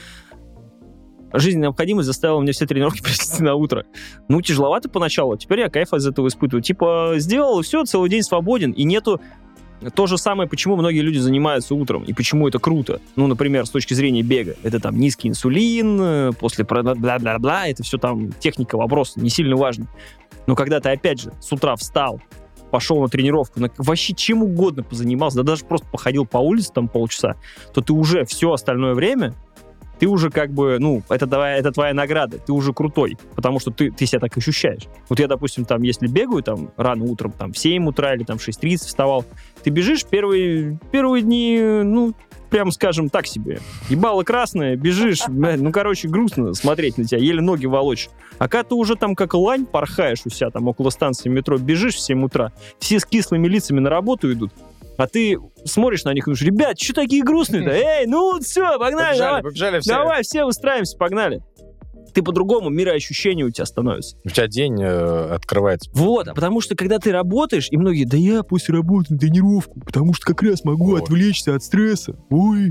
Жизненная необходимость заставила меня все тренировки перенести на утро. Тяжеловато поначалу, теперь я кайф из этого испытываю. Сделал, и все, целый день свободен, и нету То же самое, почему многие люди занимаются утром, и почему это круто. Ну, например, с точки зрения бега. Это там низкий инсулин, после бла-бла-бла, это все там техника вопроса, не сильно важно. Но когда ты, опять же, с утра встал, пошел на тренировку, вообще чем угодно позанимался, да даже просто походил по улице там полчаса, то ты уже все остальное время, ты уже как бы, ну, это твоя награда, ты уже крутой, потому что ты себя так ощущаешь. Вот я, допустим, там, если бегаю там рано утром, там, в 7 утра или там в 6:30 вставал, ты бежишь первые дни, ну, прям скажем, так себе. Ебало красное, бежишь, ну, короче, грустно смотреть на тебя, еле ноги волочишь. А когда ты уже там как лань порхаешь у себя там около станции метро, бежишь в 7 утра, все с кислыми лицами на работу идут, а ты смотришь на них и думаешь, ребят, что такие грустные-то? Эй, ну все, погнали, побежали все. Давай, все устраиваемся, погнали. Ты по-другому, мироощущение у тебя становится. У тебя день открывается. Вот, а потому что, когда ты работаешь, и многие, да я после работы на тренировку, потому что как раз могу отвлечься от стресса. Ой.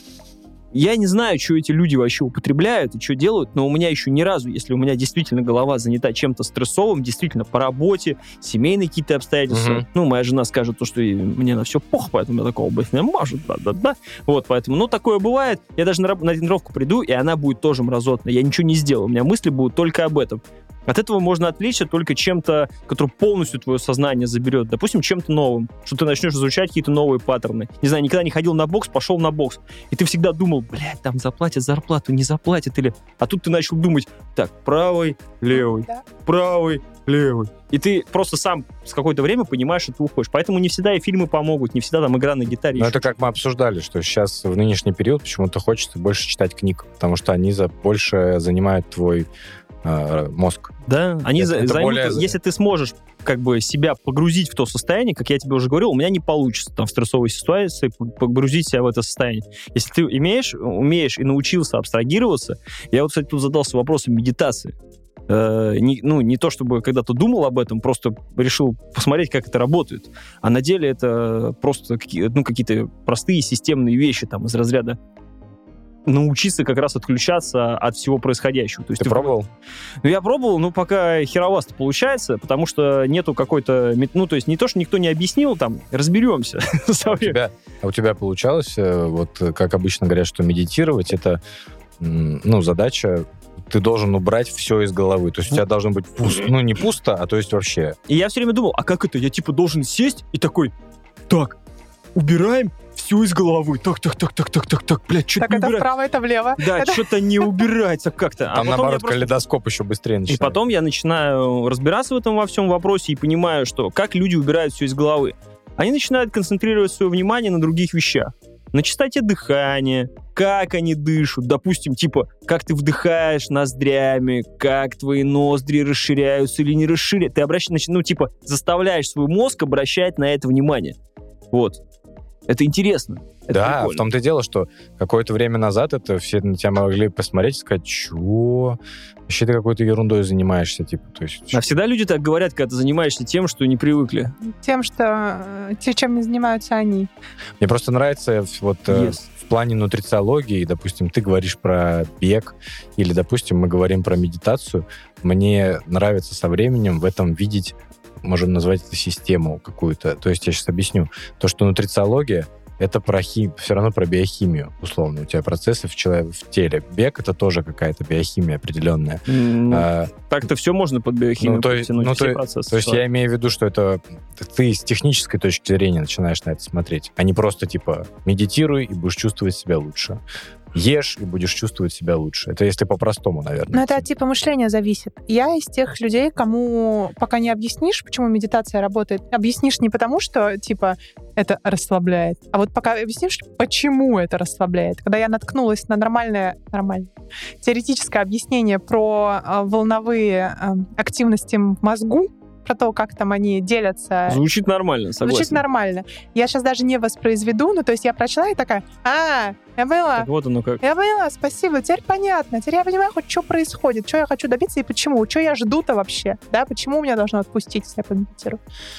Я не знаю, что эти люди вообще употребляют и что делают, но у меня еще ни разу, если у меня действительно голова занята чем-то стрессовым, действительно по работе, семейные какие-то обстоятельства, ну, моя жена скажет то, что мне на все пох, поэтому я такого быть не может, да. Вот, поэтому, ну, такое бывает. Я даже на тренировку приду, и она будет тоже мразотная. Я ничего не сделаю, у меня мысли будут только об этом. От этого можно отвлечься только чем-то, который полностью твое сознание заберет. Допустим, чем-то новым, что ты начнешь изучать какие-то новые паттерны. Не знаю, никогда не ходил на бокс, пошел на бокс. И ты всегда думал, блядь, там заплатят зарплату, не заплатят. А тут ты начал думать, так, правый, левый, правый, левый. И ты просто сам с какое-то время понимаешь, что ты уходишь. Поэтому не всегда и фильмы помогут, не всегда там игра на гитаре. Но это как мы обсуждали, что сейчас в нынешний период почему-то хочется больше читать книг, потому что они больше занимают твой мозг. Да, они займут, если ты сможешь как бы себя погрузить в то состояние, как я тебе уже говорил, у меня не получится там в стрессовой ситуации погрузить себя в это состояние. Если ты умеешь и научился абстрагироваться, я вот, кстати, тут задался вопросом медитации. Не то, чтобы когда-то думал об этом, просто решил посмотреть, как это работает. А на деле это просто какие-то простые системные вещи там из разряда научиться как раз отключаться от всего происходящего. То есть ты пробовал? Ну, я пробовал, но пока херовасто получается, потому что нету какой-то... Ну, то есть не то, что никто не объяснил, там, разберемся. У тебя получалось, вот как обычно говорят, что медитировать, это, ну, задача, ты должен убрать все из головы. То есть у тебя должно быть пусто. Ну, не пусто, а то есть вообще. И я все время думал, а как это? Я типа должен сесть и такой, так, убираем все из головы. Так, блядь, что-то не убирать. Так, это вправо, это влево. Да, что-то не убирается как-то. Там, наоборот, калейдоскоп еще быстрее начинает. И потом я начинаю разбираться в этом во всем вопросе и понимаю, что как люди убирают все из головы. Они начинают концентрировать свое внимание на других вещах. На частоте дыхания, как они дышат, допустим, типа, как ты вдыхаешь ноздрями, как твои ноздри расширяются или не расширяются. Ты заставляешь свой мозг обращать на это внимание. Вот. Это интересно. Это да, прикольно. В том-то и дело, что какое-то время назад это все на тебя могли посмотреть и сказать, чего? Вообще ты какой-то ерундой занимаешься, типа. То есть... А всегда люди так говорят, когда ты занимаешься тем, что не привыкли. Тем, чем не занимаются они. Мне просто нравится вот в плане нутрициологии, допустим, ты говоришь про бег, или, допустим, мы говорим про медитацию. Мне нравится со временем в этом видеть, можем назвать это систему какую-то. То есть я сейчас объясню. То, что нутрициология — это все равно про биохимию, условно. У тебя процессы в теле. Бег — это тоже какая-то биохимия определенная. Так-то все можно под биохимию подтянуть, все процессы. То есть я имею в виду, что это ты с технической точки зрения начинаешь на это смотреть, а не просто типа медитируй и будешь чувствовать себя лучше. Ешь и будешь чувствовать себя лучше. Это если по-простому, наверное. Но это от типа мышления зависит. Я из тех людей, кому пока не объяснишь, почему медитация работает, объяснишь не потому, что типа это расслабляет, а вот пока объяснишь, почему это расслабляет. Когда я наткнулась на нормальное теоретическое объяснение про волновые активности в мозгу, про то, как там они делятся. Звучит нормально, согласен. Звучит нормально. Я сейчас даже не воспроизведу, то есть я прочла и такая, я поняла. Так вот оно как. Я поняла, спасибо, теперь понятно. Теперь я понимаю хоть, что происходит, что я хочу добиться и почему, что я жду-то вообще, да, почему меня должно отпустить, если я помедитирую.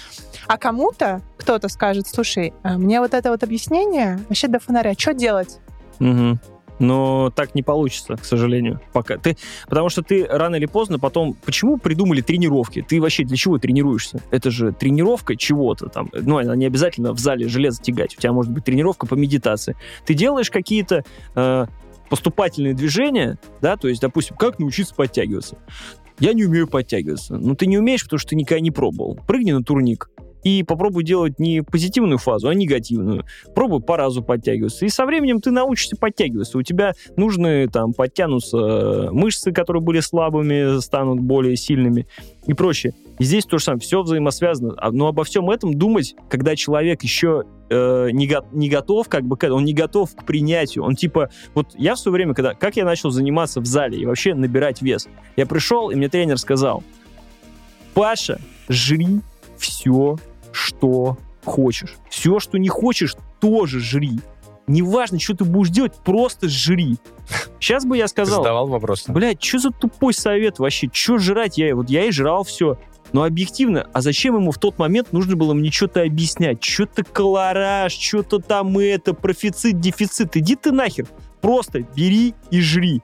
А кто-то скажет, слушай, мне вот это вот объяснение вообще до фонаря, что делать? Угу. Но так не получится, к сожалению. Потому что ты рано или поздно потом... Почему придумали тренировки? Ты вообще для чего тренируешься? Это же тренировка чего-то там. Ну, она не обязательно в зале железо тягать. У тебя может быть тренировка по медитации. Ты делаешь какие-то поступательные движения, да, то есть, допустим, как научиться подтягиваться? Я не умею подтягиваться. Ну, ты не умеешь, потому что ты никогда не пробовал. Прыгни на турник и попробуй делать не позитивную фазу, а негативную. Пробуй по разу подтягиваться. И со временем ты научишься подтягиваться. У тебя нужны там подтянутся мышцы, которые были слабыми, станут более сильными и прочее. И здесь то же самое. Все взаимосвязано. Но обо всем этом думать, когда человек еще не готов, как бы, он не готов к принятию. Он типа... Вот я в свое время, как я начал заниматься в зале и вообще набирать вес, я пришел, и мне тренер сказал: Паша, жри все, что хочешь. Все, что не хочешь, тоже жри. Неважно, что ты будешь делать, просто жри. Сейчас бы я сказал... Ты задавал вопрос? Блядь, что за тупой совет вообще? Что жрать? Я и жрал все. Но объективно, а зачем ему в тот момент нужно было мне что-то объяснять? Что-то колораж, что-то там профицит, дефицит. Иди ты нахер. Просто бери и жри.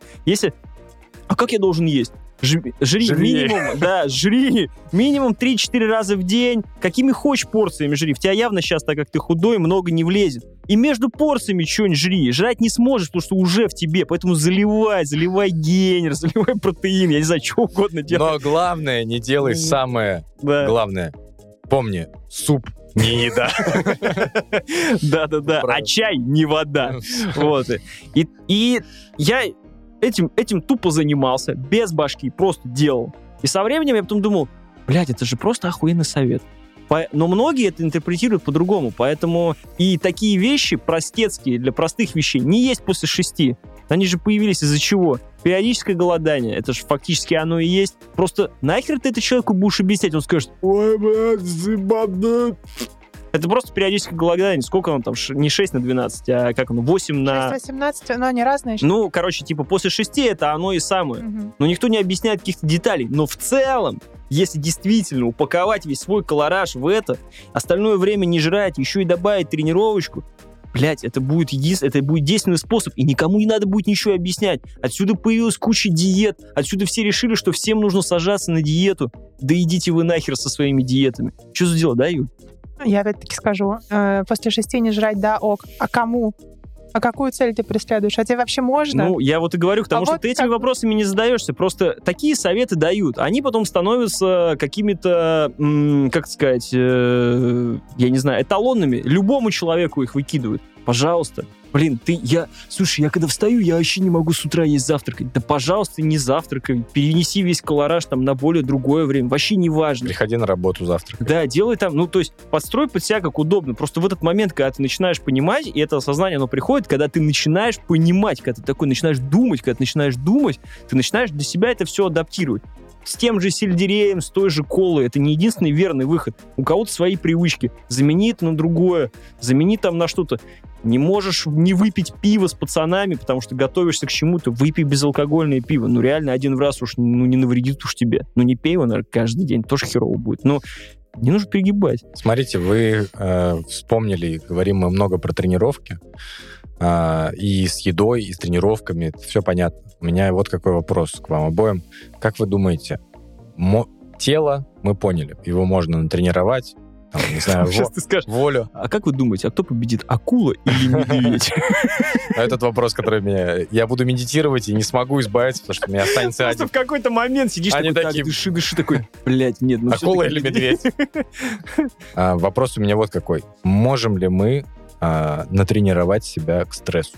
А как я должен есть? Жри минимум, да, жри минимум 3-4 раза в день, какими хочешь порциями жри. В тебя явно сейчас, так как ты худой, много не влезет. И между порциями что-нибудь жри. Жрать не сможешь, потому что уже в тебе, поэтому заливай гейнер, заливай протеин, я не знаю, что угодно делай. Но главное, не делай самое главное. Помни, суп не еда. Да-да-да, а чай не вода. Вот. И я этим тупо занимался, без башки, просто делал. И со временем я потом думал, блядь, это же просто охуенный совет. Но многие это интерпретируют по-другому, поэтому и такие вещи простецкие для простых вещей не есть после 6. Они же появились из-за чего? Периодическое голодание, это же фактически оно и есть. Просто нахер ты это человеку будешь объяснять? Он скажет, ой, блядь, это просто периодическое голодание. Сколько оно там? Не 6 на 12, а как оно? 8 на... 6-18, но они разные. Ну, короче, типа после 6 это оно и самое. Но никто не объясняет каких-то деталей. Но в целом, если действительно упаковать весь свой колораж в это, остальное время не жрать, еще и добавить тренировочку, блять, это будет действенный способ, и никому не надо будет ничего объяснять. Отсюда появилась куча диет, отсюда все решили, что всем нужно сажаться на диету. Да идите вы нахер со своими диетами. Что за дело, да, Юль? Я опять-таки скажу, после 6 не жрать, да, ок. А кому? А какую цель ты преследуешь? А тебе вообще можно? Ну, я вот и говорю, потому что ты этими вопросами не задаешься. Просто такие советы дают. Они потом становятся какими-то, как сказать, я не знаю, эталонными. Любому человеку их выкидывают. Пожалуйста. Блин, слушай, я когда встаю, я вообще не могу с утра есть завтракать. Да, пожалуйста, не завтракай. Перенеси весь колораж там на более другое время. Вообще не важно. Приходи на работу завтракать. Да, делай там, то есть подстрой под себя как удобно. Просто в этот момент, когда ты начинаешь понимать, и это осознание, оно приходит, когда ты начинаешь понимать, когда ты такой начинаешь думать, ты начинаешь для себя это все адаптировать. С тем же сельдереем, с той же колой. Это не единственный верный выход. У кого-то свои привычки. Замени это на другое. Замени там на что-то. Не можешь не выпить пиво с пацанами, потому что готовишься к чему-то. Выпей безалкогольное пиво. Ну, реально, один раз уж не навредит уж тебе. Ну, не пей его, наверное, каждый день. Тоже херово будет. Но не нужно перегибать. Смотрите, вы вспомнили, говорим мы много про тренировки. И с едой, и с тренировками. Это все понятно. У меня вот какой вопрос к вам обоим. Как вы думаете, тело мы поняли, его можно натренировать, там, не знаю, Сейчас ты скажешь, волю. А как вы думаете, а кто победит, акула или медведь? Этот вопрос, который я буду медитировать и не смогу избавиться, потому что у меня останется один. Просто в какой-то момент сидишь такой, дыши, такой, блядь, нет. Акула или медведь? Вопрос у меня вот какой. Можем ли мы натренировать себя к стрессу?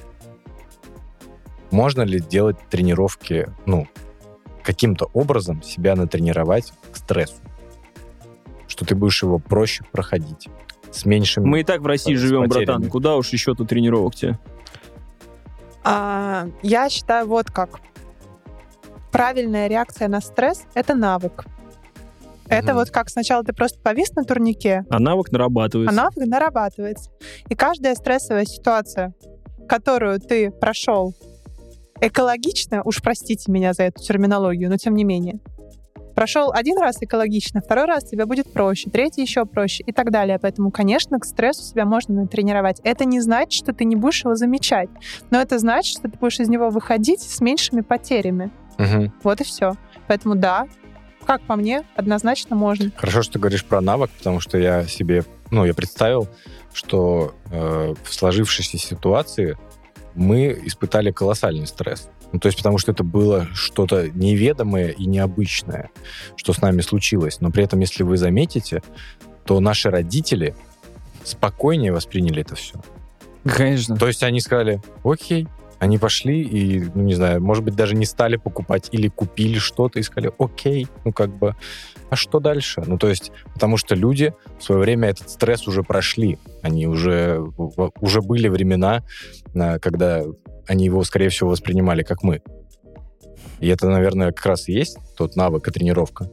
Можно ли делать тренировки, каким-то образом себя натренировать к стрессу? Что ты будешь его проще проходить, с меньшими... Мы и так в России живем, потерями. братан. Куда уж еще тут тренировок тебе? Я считаю, вот как. Правильная реакция на стресс — это навык. Это вот как сначала ты просто повис на турнике, а навык нарабатывается. И каждая стрессовая ситуация, которую ты прошел экологично, уж простите меня за эту терминологию, но тем не менее, Прошел один раз экологично, второй раз тебе будет проще, третий еще проще и так далее. Поэтому, конечно, к стрессу себя можно натренировать. Это не значит, что ты не будешь его замечать, но это значит, что ты будешь из него выходить с меньшими потерями. Вот и все. Поэтому да, как по мне, однозначно можно. Хорошо, что ты говоришь про навык, потому что я себе, я представил, что в сложившейся ситуации мы испытали колоссальный стресс. То есть потому что это было что-то неведомое и необычное, что с нами случилось. Но при этом, если вы заметите, то наши родители спокойнее восприняли это все. Конечно. То есть они сказали, окей, они пошли и, не знаю, может быть, даже не стали покупать или купили что-то и сказали, окей, а что дальше? То есть, потому что люди в свое время этот стресс уже прошли. Они уже были времена, когда они его, скорее всего, воспринимали как мы. И это, наверное, как раз и есть тот навык и тренировка.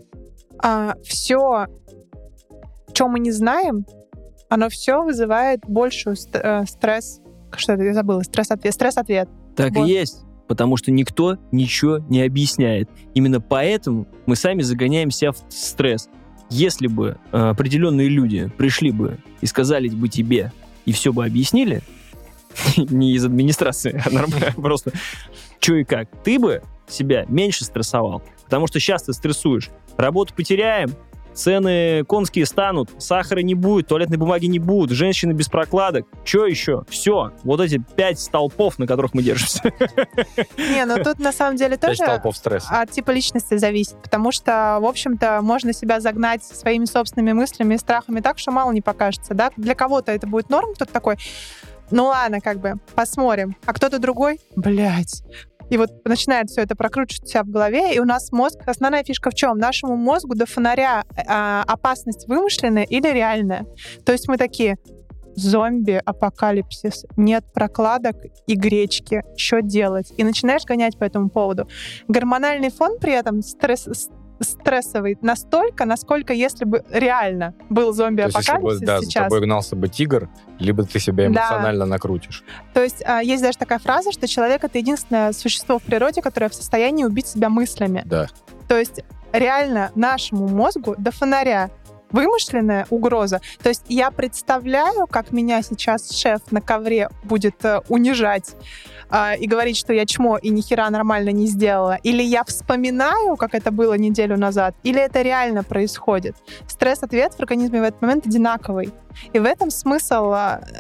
Все, что мы не знаем, оно все вызывает большую стресс... Что это? Я забыла. Стресс-ответ. Так и есть. Потому что никто ничего не объясняет. Именно поэтому мы сами загоняем себя в стресс. Если бы определенные люди пришли бы и сказали бы тебе, и все бы объяснили, не из администрации, а нормально, просто что и как, ты бы себя меньше стрессовал. Потому что сейчас ты стрессуешь. Работу потеряем, цены конские станут, сахара не будет, туалетной бумаги не будет, женщины без прокладок. Что еще? Все. Вот эти 5 столпов, на которых мы держимся. Не, тут на самом деле тоже от типа личности зависит, потому что, в общем-то, можно себя загнать своими собственными мыслями и страхами так, что мало не покажется, да? Для кого-то это будет норм, кто-то такой, ладно, посмотрим. А кто-то другой, блядь. И вот начинает все это прокручивать себя в голове, и у нас мозг, основная фишка в чем? Нашему мозгу до фонаря опасность вымышленная или реальная. То есть мы такие, зомби, апокалипсис, нет прокладок и гречки, что делать? И начинаешь гонять по этому поводу. Гормональный фон при этом стрессовый настолько, насколько если бы реально был зомби-апокалипсис сейчас. За тобой гнался бы тигр, либо ты себя эмоционально накрутишь. То есть есть даже такая фраза, что человек — это единственное существо в природе, которое в состоянии убить себя мыслями. Да. То есть реально нашему мозгу до фонаря вымышленная угроза. То есть я представляю, как меня сейчас шеф на ковре будет унижать и говорить, что я чмо и ни хера нормально не сделала. Или я вспоминаю, как это было неделю назад, или это реально происходит. Стресс-ответ в организме в этот момент одинаковый. И в этом смысл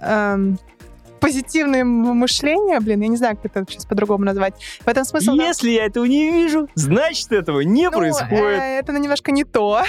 позитивное мышление, я не знаю, как это сейчас по-другому назвать. В этом смысл... Если я этого не вижу, значит, этого не происходит. Это немножко не то.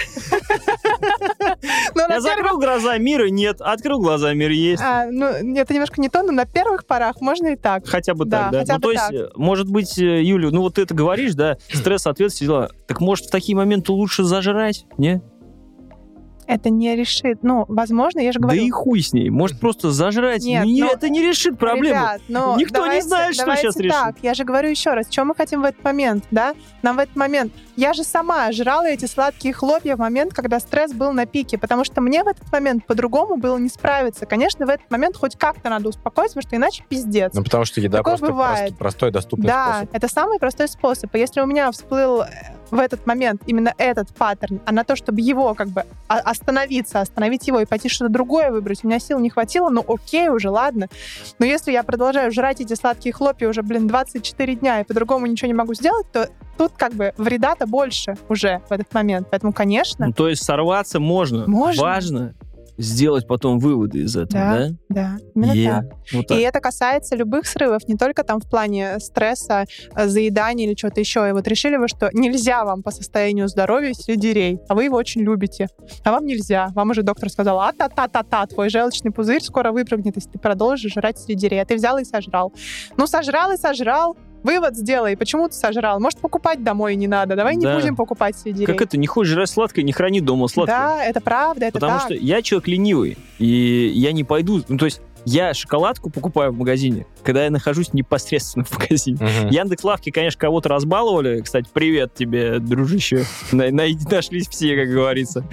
Я закрыл глаза, мира нет. Открыл глаза, мир есть. Это немножко не то, но на первых порах можно и так. Хотя бы так, да? То есть, может быть, Юля, вот ты это говоришь, да, стресс-ответ, все дела. Так может, в такие моменты лучше зажрать, не? Это не решит. Возможно, я же говорю... Да и хуй с ней. Может, просто зажрать. Нет, это не решит проблему. Ребят, никто не знает, что сейчас решит. Так, я же говорю еще раз, что мы хотим в этот момент, да? Нам в этот момент... Я же сама жрала эти сладкие хлопья в момент, когда стресс был на пике, потому что мне в этот момент по-другому было не справиться. Конечно, в этот момент хоть как-то надо успокоиться, потому что иначе пиздец. Потому что еда просто простой, доступный способ. Да, это самый простой способ. И если у меня всплыл в этот момент именно этот паттерн, а на то, чтобы его остановить его и пойти что-то другое выбрать, у меня сил не хватило, окей уже, ладно. Но если я продолжаю жрать эти сладкие хлопья уже, 24 дня и по-другому ничего не могу сделать, то тут вреда-то больше уже в этот момент. Поэтому, конечно... То есть сорваться можно. Важно сделать потом выводы из этого, да? Да, именно так. Вот так. И это касается любых срывов, не только в плане стресса, заедания или чего-то еще. И вот решили вы, что нельзя вам по состоянию здоровья сельдерей, а вы его очень любите. А вам нельзя. Вам уже доктор сказал, твой желчный пузырь скоро выпрыгнет, если ты продолжишь жрать сельдерей. А ты взял и сожрал. Сожрал и сожрал. Вывод сделай, почему ты сожрал? Может, покупать домой не надо. Давай не будем покупать сельдерей. Как это? Не хочешь жрать сладкое, не храни дома сладкое. Да, это правда, это Потому так. что я человек ленивый, и я не пойду... То есть Я шоколадку покупаю в магазине, когда я нахожусь непосредственно в магазине. Яндекс.Лавки, конечно, кого-то разбаловали. Кстати, привет тебе, дружище. Нашлись все, как говорится.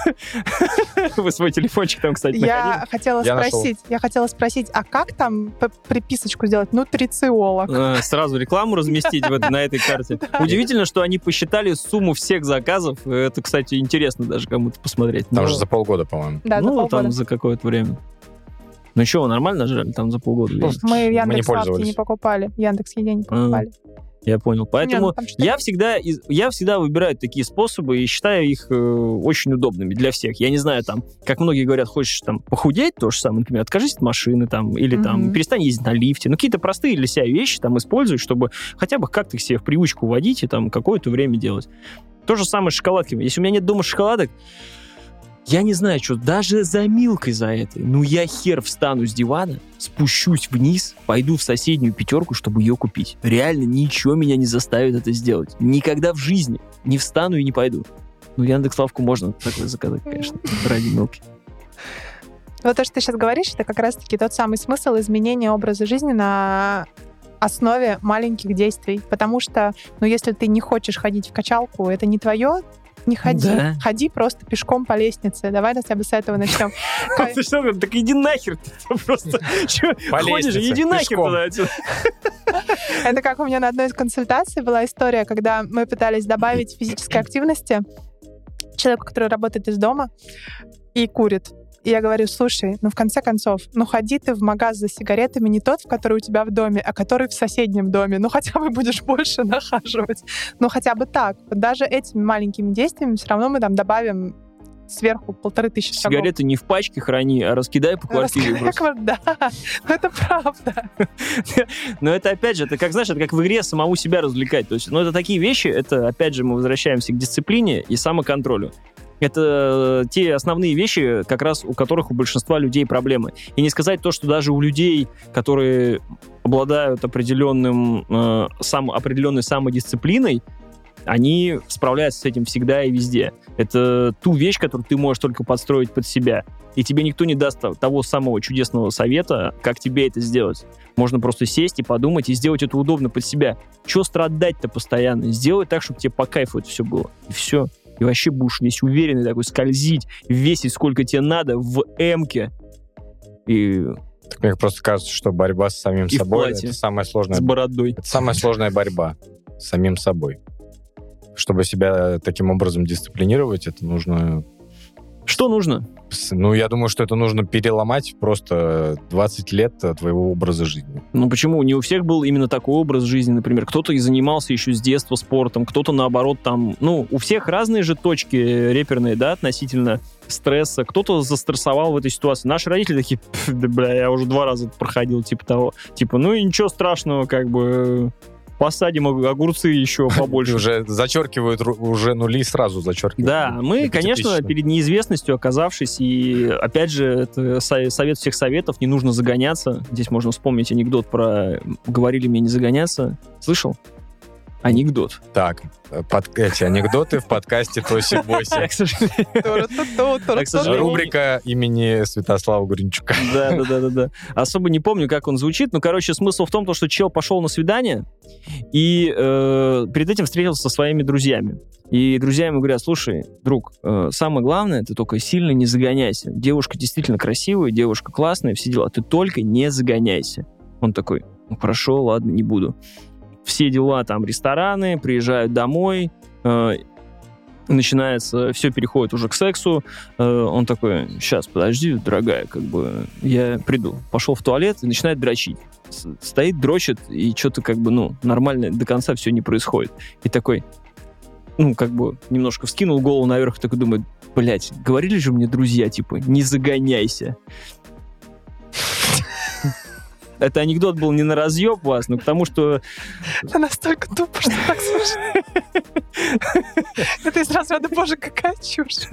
Вы свой телефончик там, кстати, Я хотела спросить, а как там приписочку сделать? Нутрициолог. Сразу рекламу разместить на этой карте. Удивительно, что они посчитали сумму всех заказов. Это, кстати, интересно даже кому-то посмотреть. Там же за полгода, по-моему. Да, за полгода. Там за какое-то время. Ну что, вы нормально нажрали там за полгода? Мы в Яндекс.Лавке не покупали. Яндекс.Еде не покупали. Я понял. Поэтому я всегда выбираю такие способы и считаю их очень удобными для всех. Я не знаю, там, как многие говорят, хочешь там похудеть, то же самое, например, откажись от машины там, или там перестань ездить на лифте. Ну, какие-то простые для себя вещи там используй, чтобы хотя бы как-то их себе в привычку вводить и там какое-то время делать. То же самое с шоколадками. Если у меня нет дома шоколадок, я не знаю, что, даже за Милкой за этой. Ну, я хер встану с дивана, спущусь вниз, пойду в соседнюю пятерку, чтобы ее купить. Реально ничего меня не заставит это сделать. Никогда в жизни не встану и не пойду. Ну, Яндекс.Лавку можно такое заказать, конечно, ради Милки. Вот то, что ты сейчас говоришь, это как раз-таки тот самый смысл изменения образа жизни на основе маленьких действий. Потому что, ну, если ты не хочешь ходить в качалку, это не твое, не ходи. Да. Ходи просто пешком по лестнице. Давай хотя бы с этого начнем. Ты что, так иди нахер. Просто ходишь, иди нахер туда. Это как у меня на одной из консультаций была история, когда мы пытались добавить физической активности человеку, который работает из дома и курит. И я говорю, слушай, ну в конце концов, ну ходи ты в магаз за сигаретами не тот, в который у тебя в доме, а который в соседнем доме. Ну хотя бы будешь больше нахаживать. Ну хотя бы так. Вот даже этими маленькими действиями все равно мы там добавим сверху 1500 шагов. Сигареты не в пачке храни, а раскидай по квартире просто. Да, это правда. Но это, опять же, это как, знаешь, это как в игре самому себя развлекать. То есть, ну, это такие вещи, это, опять же, мы возвращаемся к дисциплине и самоконтролю. Это те основные вещи, как раз у которых у большинства людей проблемы. И не сказать то, что даже у людей, которые обладают определенной самодисциплиной, они справляются с этим всегда и везде. Это ту вещь, которую ты можешь только подстроить под себя. И тебе никто не даст того самого чудесного совета, как тебе это сделать. Можно просто сесть и подумать, и сделать это удобно под себя. Чего страдать-то постоянно? Сделай так, чтобы тебе по кайфу это все было. И все. И вообще будешь весь уверенный такой, скользить, весить сколько тебе надо в М-ке. И... Так мне просто кажется, что борьба с самим собой — это самая сложная... С бородой. Это самая сложная борьба с самим собой. Чтобы себя таким образом дисциплинировать, это нужно... Что нужно? Ну, я думаю, что это нужно переломать просто 20 лет твоего образа жизни. Ну, почему? Не у всех был именно такой образ жизни, например. Кто-то и занимался еще с детства спортом, кто-то, наоборот, там... Ну, у всех разные же точки реперные, да, относительно стресса. Кто-то застрессовал в этой ситуации. Наши родители такие, да, бля, я уже 2 раза проходил, типа того. Типа, ну и ничего страшного, как бы... Посадим огурцы еще побольше. Уже зачеркивают, уже нули сразу зачеркивают. Да, мы, конечно, перед неизвестностью оказавшись, и, опять же, это совет всех советов, не нужно загоняться. Здесь можно вспомнить анекдот про «говорили мне не загоняться». Слышал? Анекдот. Так, эти анекдоты в подкасте Тоси Боси. Рубрика имени Святослава Гуренчука. Да. Особо не помню, как он звучит, но, короче, смысл в том, что чел пошел на свидание и перед этим встретился со своими друзьями. И друзья ему говорят, слушай, друг, самое главное, ты только сильно не загоняйся. Девушка действительно красивая, девушка классная, все дела, ты только не загоняйся. Он такой, ну хорошо, ладно, не буду. Все дела, там, рестораны, приезжают домой, начинается, все переходит уже к сексу. Он такой, сейчас, подожди, дорогая, как бы, я приду. Пошел в туалет и начинает дрочить. Стоит, дрочит, и что-то, как бы, ну, нормально до конца все не происходит. И такой, ну, как бы, немножко вскинул голову наверх и такой думает, блядь, говорили же мне друзья, типа, не загоняйся. Это анекдот был не на разъеб вас, но потому что... Это настолько тупо, что так слышно. Это и сразу рада, боже, какая чушь.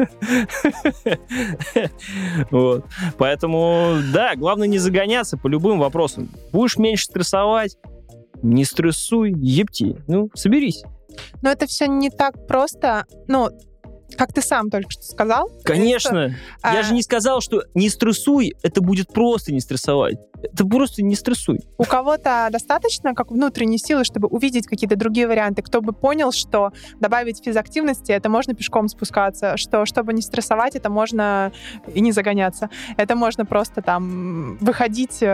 Вот. Поэтому, да, главное не загоняться по любым вопросам. Будешь меньше стрессовать, не стрессуй, ебти. Ну, соберись. Но это все не так просто. Ну, Как ты сам только что сказал. Конечно. Я же не сказал, что не стрессуй, это будет просто не стрессовать. Это просто не стрессуй. У кого-то достаточно как внутренней силы, чтобы увидеть какие-то другие варианты. Кто бы понял, что добавить физактивности, это можно пешком спускаться, что чтобы не стрессовать, это можно и не загоняться. Это можно просто там выходить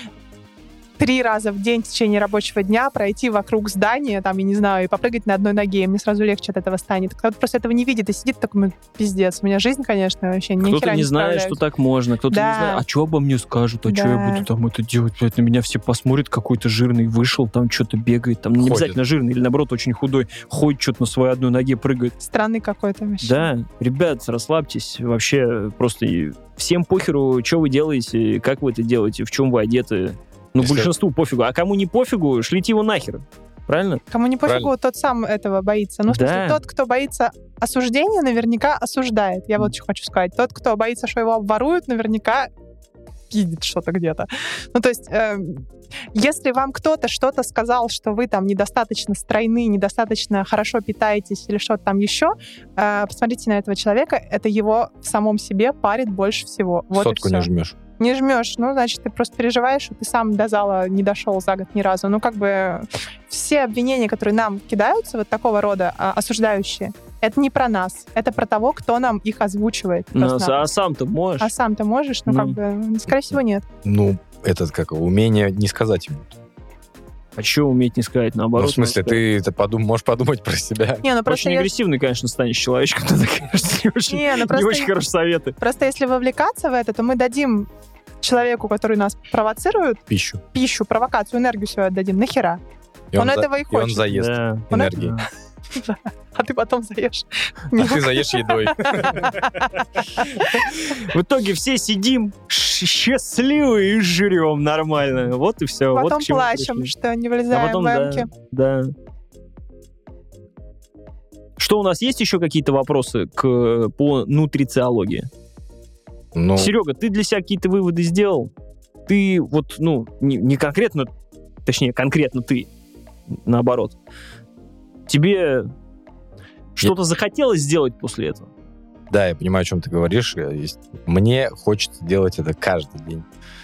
3 раза в день в течение рабочего дня, пройти вокруг здания, там, я не знаю, и попрыгать на одной ноге, и мне сразу легче от этого станет. Кто-то просто этого не видит и сидит такой, пиздец, у меня жизнь, конечно, вообще ни хера не Кто-то не знает, что так можно, кто-то не знает, а что обо мне скажут, а что я буду там это делать, блядь, на меня все посмотрят, какой-то жирный вышел, там что-то бегает, там не обязательно жирный, или наоборот очень худой, ходит что-то на своей одной ноге, прыгает. Странный какой-то вообще. Да, ребят, расслабьтесь, вообще просто всем похеру, что вы делаете, как вы это делаете, в чем вы одеты. Ну, большинству пофигу. А кому не пофигу, шлите его нахер. Правильно? Кому не пофигу, тот сам этого боится. Ну, в смысле, тот, кто боится осуждения, наверняка осуждает. Я вот что хочу сказать. Тот, кто боится, что его обворуют, наверняка пиздит что-то где-то. Ну, то есть, если вам кто-то что-то сказал, что вы там недостаточно стройны, недостаточно хорошо питаетесь или что-то там еще, посмотрите на этого человека, это его в самом себе парит больше всего. Вот сотку не жмешь. Не жмешь, ну, значит, ты просто переживаешь, что ты сам до зала не дошел за год ни разу. Ну, как бы все обвинения, которые нам кидаются, вот такого рода, осуждающие, это не про нас, это про того, кто нам их озвучивает. А сам-то можешь? А сам-то можешь? Ну, как бы, скорее всего, нет. Ну, это как умение не сказать ему. А что уметь не сказать, наоборот? Ну, в смысле, ты можешь подумать про себя. Не, ну, очень агрессивный, конечно, станешь человечком, тогда, конечно, не очень хорошие советы. Просто если вовлекаться в это, то мы дадим человеку, который нас провоцирует, пищу, провокацию, энергию свою отдадим. Нахера? Он этого и хочет. И он заест энергией. А ты потом заешь. А ты заешь едой. В итоге все сидим счастливые и жрем нормально. Вот и все. Потом плачем, что не влезаем в эмки. Да. Что, у нас есть еще какие-то вопросы по нутрициологии? Серега, ты для себя какие-то выводы сделал? Ты вот, не конкретно, точнее, конкретно ты, наоборот. Тебе что-то захотелось сделать после этого? Да, я понимаю, о чем ты говоришь. Мне хочется делать это каждый день.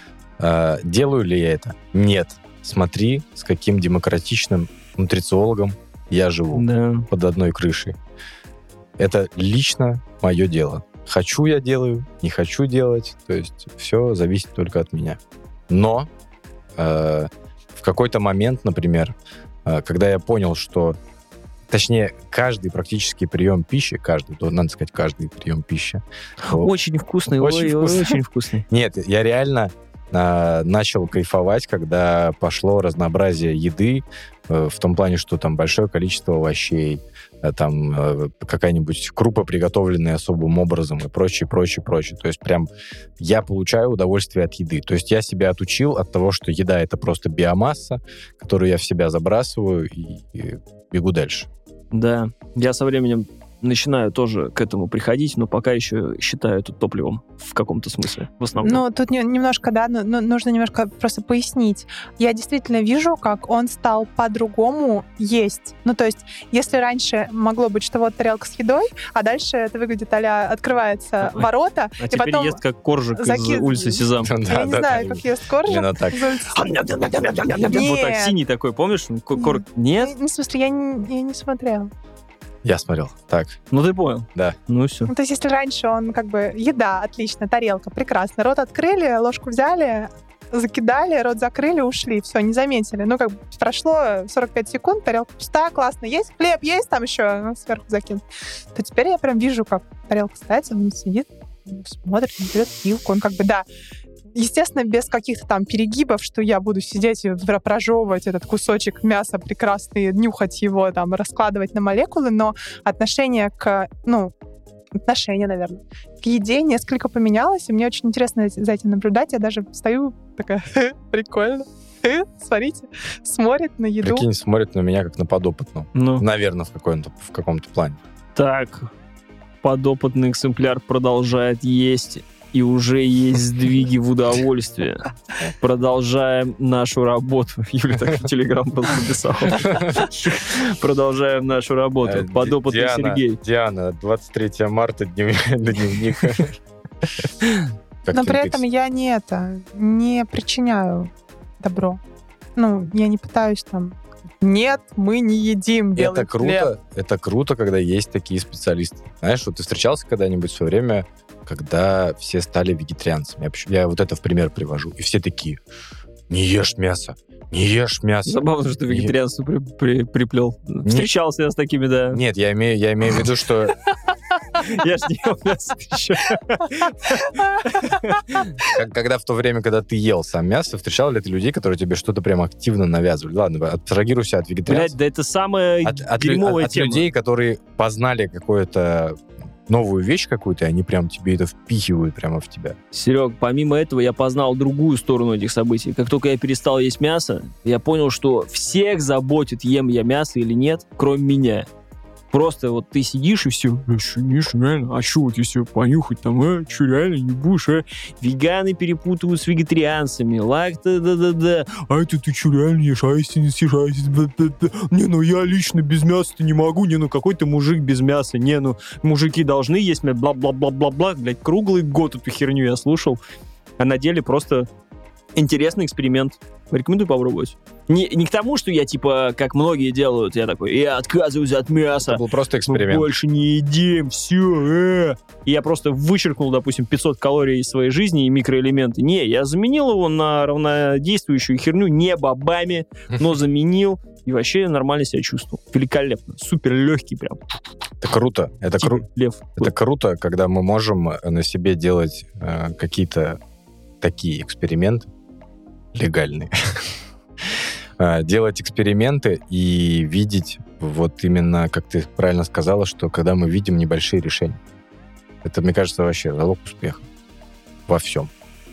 Делаю ли я это? Нет. Смотри, с каким демократичным нутрициологом я живу под одной крышей. Это лично мое дело. Хочу я делаю, не хочу делать. То есть все зависит только от меня. Но в какой-то момент, например, когда я понял, что... Точнее, каждый практически прием пищи, надо сказать, каждый прием пищи. Очень вкусный, очень вкусный. Нет, я реально начал кайфовать, когда пошло разнообразие еды, в том плане, что там большое количество овощей, там какая-нибудь крупа, приготовленная особым образом и прочее. То есть прям я получаю удовольствие от еды. То есть я себя отучил от того, что еда — это просто биомасса, которую я в себя забрасываю и бегу дальше. Да, я со временем начинаю тоже к этому приходить, но пока еще считаю это топливом в каком-то смысле, в основном. Ну, тут немножко, нужно немножко просто пояснить. Я действительно вижу, как он стал по-другому есть. Ну, то есть, если раньше могло быть, что вот тарелка с едой, а дальше это выглядит а-ля открываются ворота, и теперь потом ест как коржик из улицы Сезам. Я не знаю, как ест коржик из улицы Сезам. Вот так, синий такой, помнишь? Нет? В смысле, я не смотрела. Я смотрел. Так. Ну, ты понял. Да. Ну, все. Ну, то есть, если раньше он как бы... Еда, отлично, тарелка, прекрасно. Рот открыли, ложку взяли, закидали, рот закрыли, ушли. Все, не заметили. Ну, как бы прошло 45 секунд, тарелка пуста, классно. Есть хлеб, есть там еще сверху закинут. То теперь я прям вижу, как тарелка ставится, он сидит, смотрит, он берет вилку. Он как бы, да... Естественно, без каких-то там перегибов, что я буду сидеть и прожевывать этот кусочек мяса прекрасный, нюхать его, там, раскладывать на молекулы, но отношение, наверное, к еде несколько поменялось, и мне очень интересно за этим наблюдать. Я даже стою такая, прикольно. Смотрите, смотрит на еду. Прикинь, смотрит на меня как на подопытного. Наверное, в каком-то плане. Так, подопытный экземпляр продолжает есть и уже есть сдвиги в удовольствие. Продолжаем нашу работу. Юля так в Телеграм просто написала. Продолжаем нашу работу. Подопытный Сергей. Диана, 23 марта, дневник. Но при этом я не причиняю добро. Я не пытаюсь там... Нет, мы не едим белый хлеб. Это круто, когда есть такие специалисты. Знаешь, вот ты встречался когда-нибудь в свое время, когда все стали вегетарианцами? Я вот это в пример привожу. И все такие: не ешь мясо, не ешь мясо. Забавно, что вегетарианство приплел. Встречался я с такими, да. Нет, я имею в виду, что... Я ж не ел мясо еще. Когда в то время, когда ты ел сам мясо, встречал ли ты людей, которые тебе что-то прям активно навязывали? Ладно, абстрагируйся от вегетарианцев. Блядь, да это самая дерьмовая тема. От людей, которые познали какую-то новую вещь какую-то, и они прям тебе это впихивают прямо в тебя. Серег, помимо этого я познал другую сторону этих событий. Как только я перестал есть мясо, я понял, что всех заботит, ем я мясо или нет, кроме меня. Просто вот ты сидишь и все, что, реально? А что вот если понюхать там, что, реально не будешь, Веганы перепутывают с вегетарианцами, да-да-да. А это ты что, реально ешь? А если не съешь? Не, я лично без мяса-то не могу, какой ты мужик без мяса, мужики должны есть, бла-бла-бла-бла-бла, блядь, круглый год эту херню я слушал, а на деле просто интересный эксперимент. Рекомендую попробовать. Не к тому, что я, как многие делают, я такой, я отказываюсь от мяса. Это был просто эксперимент. Мы больше не едим, все. И я просто вычеркнул, допустим, 500 калорий из своей жизни и микроэлементы. Не, я заменил его на равнодействующую херню, не бобами, но заменил. И вообще нормально себя чувствовал. Великолепно. Супер легкий прям. Это круто. Лев. Это круто, когда мы можем на себе делать какие-то такие эксперименты легальные. Делать эксперименты и видеть, вот именно, как ты правильно сказала, что когда мы видим небольшие решения. Это, мне кажется, вообще залог успеха во всем.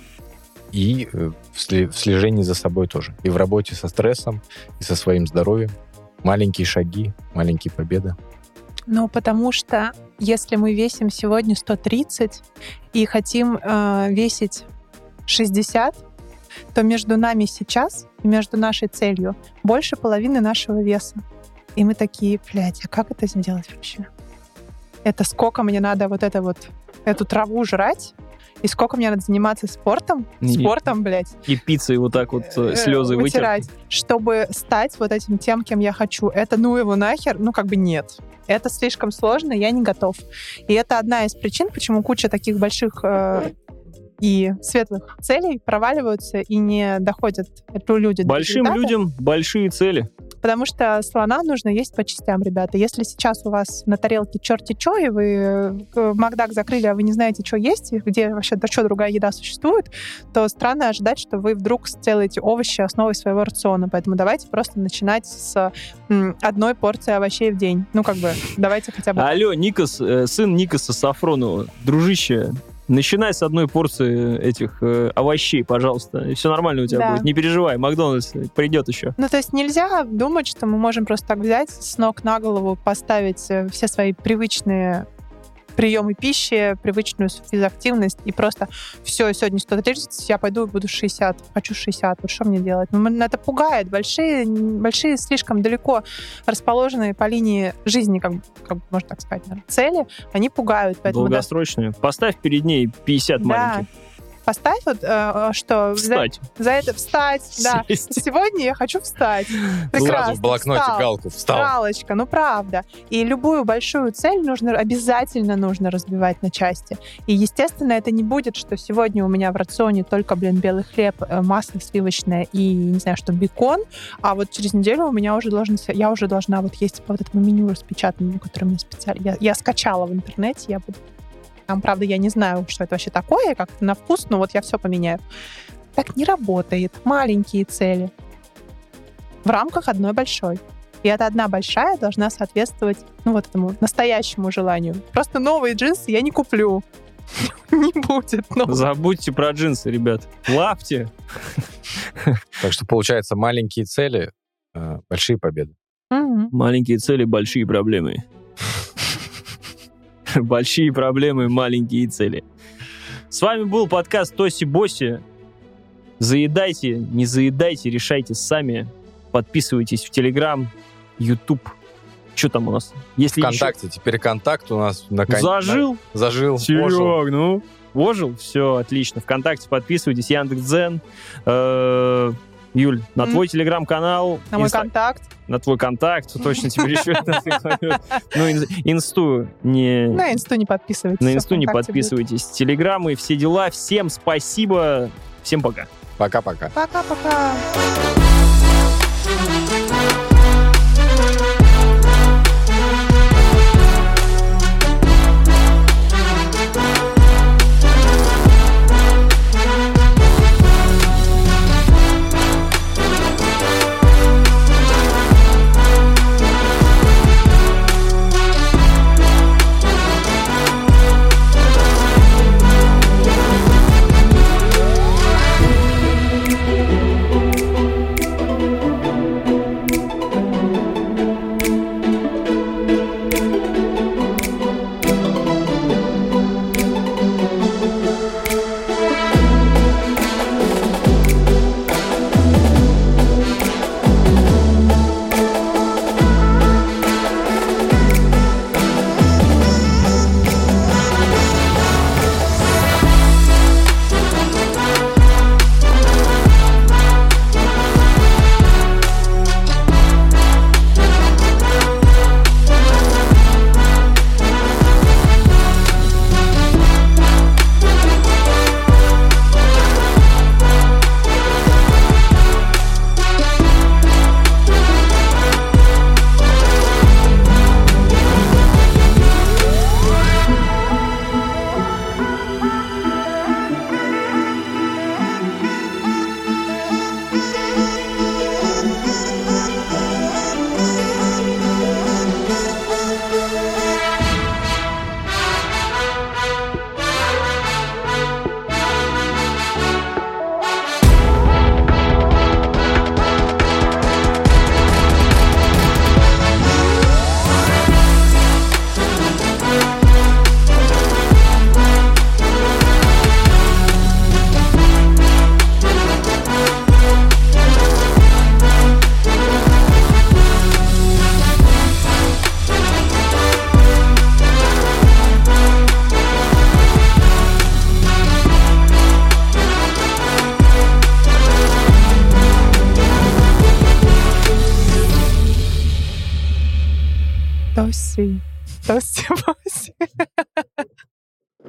И в слежении за собой тоже. И в работе со стрессом, и со своим здоровьем. Маленькие шаги, маленькие победы. Потому что если мы весим сегодня 130 и хотим весить 60, то между нами сейчас и между нашей целью больше половины нашего веса. И мы такие, блядь, а как это сделать вообще? Это сколько мне надо эту траву жрать? И сколько мне надо заниматься спортом? Спортом, блядь. И пиццей вот так вот слезы вытирать, чтобы стать вот этим тем, кем я хочу. Это его нахер? Нет. Это слишком сложно, я не готов. И это одна из причин, почему куча таких больших и светлых целей проваливаются и не доходят люди до Большим результата. Людям большие цели. Потому что слона нужно есть по частям, ребята. Если сейчас у вас на тарелке черти чё, и вы Макдак закрыли, а вы не знаете, что есть, и где вообще что другая еда существует, то странно ожидать, что вы вдруг сделаете овощи основой своего рациона. Поэтому давайте просто начинать с одной порции овощей в день. Давайте хотя бы... Алло, Никос, сын Никоса Сафронова, дружище, начинай с одной порции этих овощей, пожалуйста. И все нормально у тебя будет. Не переживай, Макдональдс придет еще. То есть нельзя думать, что мы можем просто так взять, с ног на голову поставить все свои привычные приемы пищи, привычную физактивность и просто все, сегодня 130, я пойду и буду 60. Хочу 60. Вот что мне делать? Это пугает. Большие слишком далеко расположенные по линии жизни, как можно так сказать, цели, они пугают. Поэтому долгосрочные. Поставь перед ней 50 маленьких. Поставь что... Встать. За это встать, да. Сегодня я хочу встать. Прекрасно. Сразу в блокноте галку встал. Галочка, правда. И любую большую цель обязательно нужно разбивать на части. И, естественно, это не будет, что сегодня у меня в рационе только, белый хлеб, масло сливочное и, не знаю, что, бекон, а вот через неделю у меня я уже должна есть по этому меню распечатанному, которое мне специально... Я скачала в интернете, я буду... Там, правда, я не знаю, что это вообще такое, как-то на вкус, но я все поменяю. Так не работает. Маленькие цели в рамках одной большой. И эта одна большая должна соответствовать, этому настоящему желанию. Просто новые джинсы я не куплю. Не будет. Забудьте про джинсы, ребят. Лапти. Так что, получается, маленькие цели, большие победы. Маленькие цели, большие проблемы. Большие проблемы, маленькие цели. С вами был подкаст Тоси-Боси. Заедайте, не заедайте, решайте сами. Подписывайтесь в Телеграм, Ютуб. Что там у нас? Если ВКонтакте. Теперь контакт у нас Зажил? Зажил. Серег, ну... Ожил? Все, отлично. ВКонтакте подписывайтесь. Яндекс.Дзен. Юль, на твой телеграм-канал. На мой контакт. На твой контакт. Точно теперь еще. Ну, инсту не... На инсту не подписывайтесь. На инсту не подписывайтесь. Телеграммы, все дела. Всем спасибо. Всем пока. Пока-пока. Пока-пока. Тоси.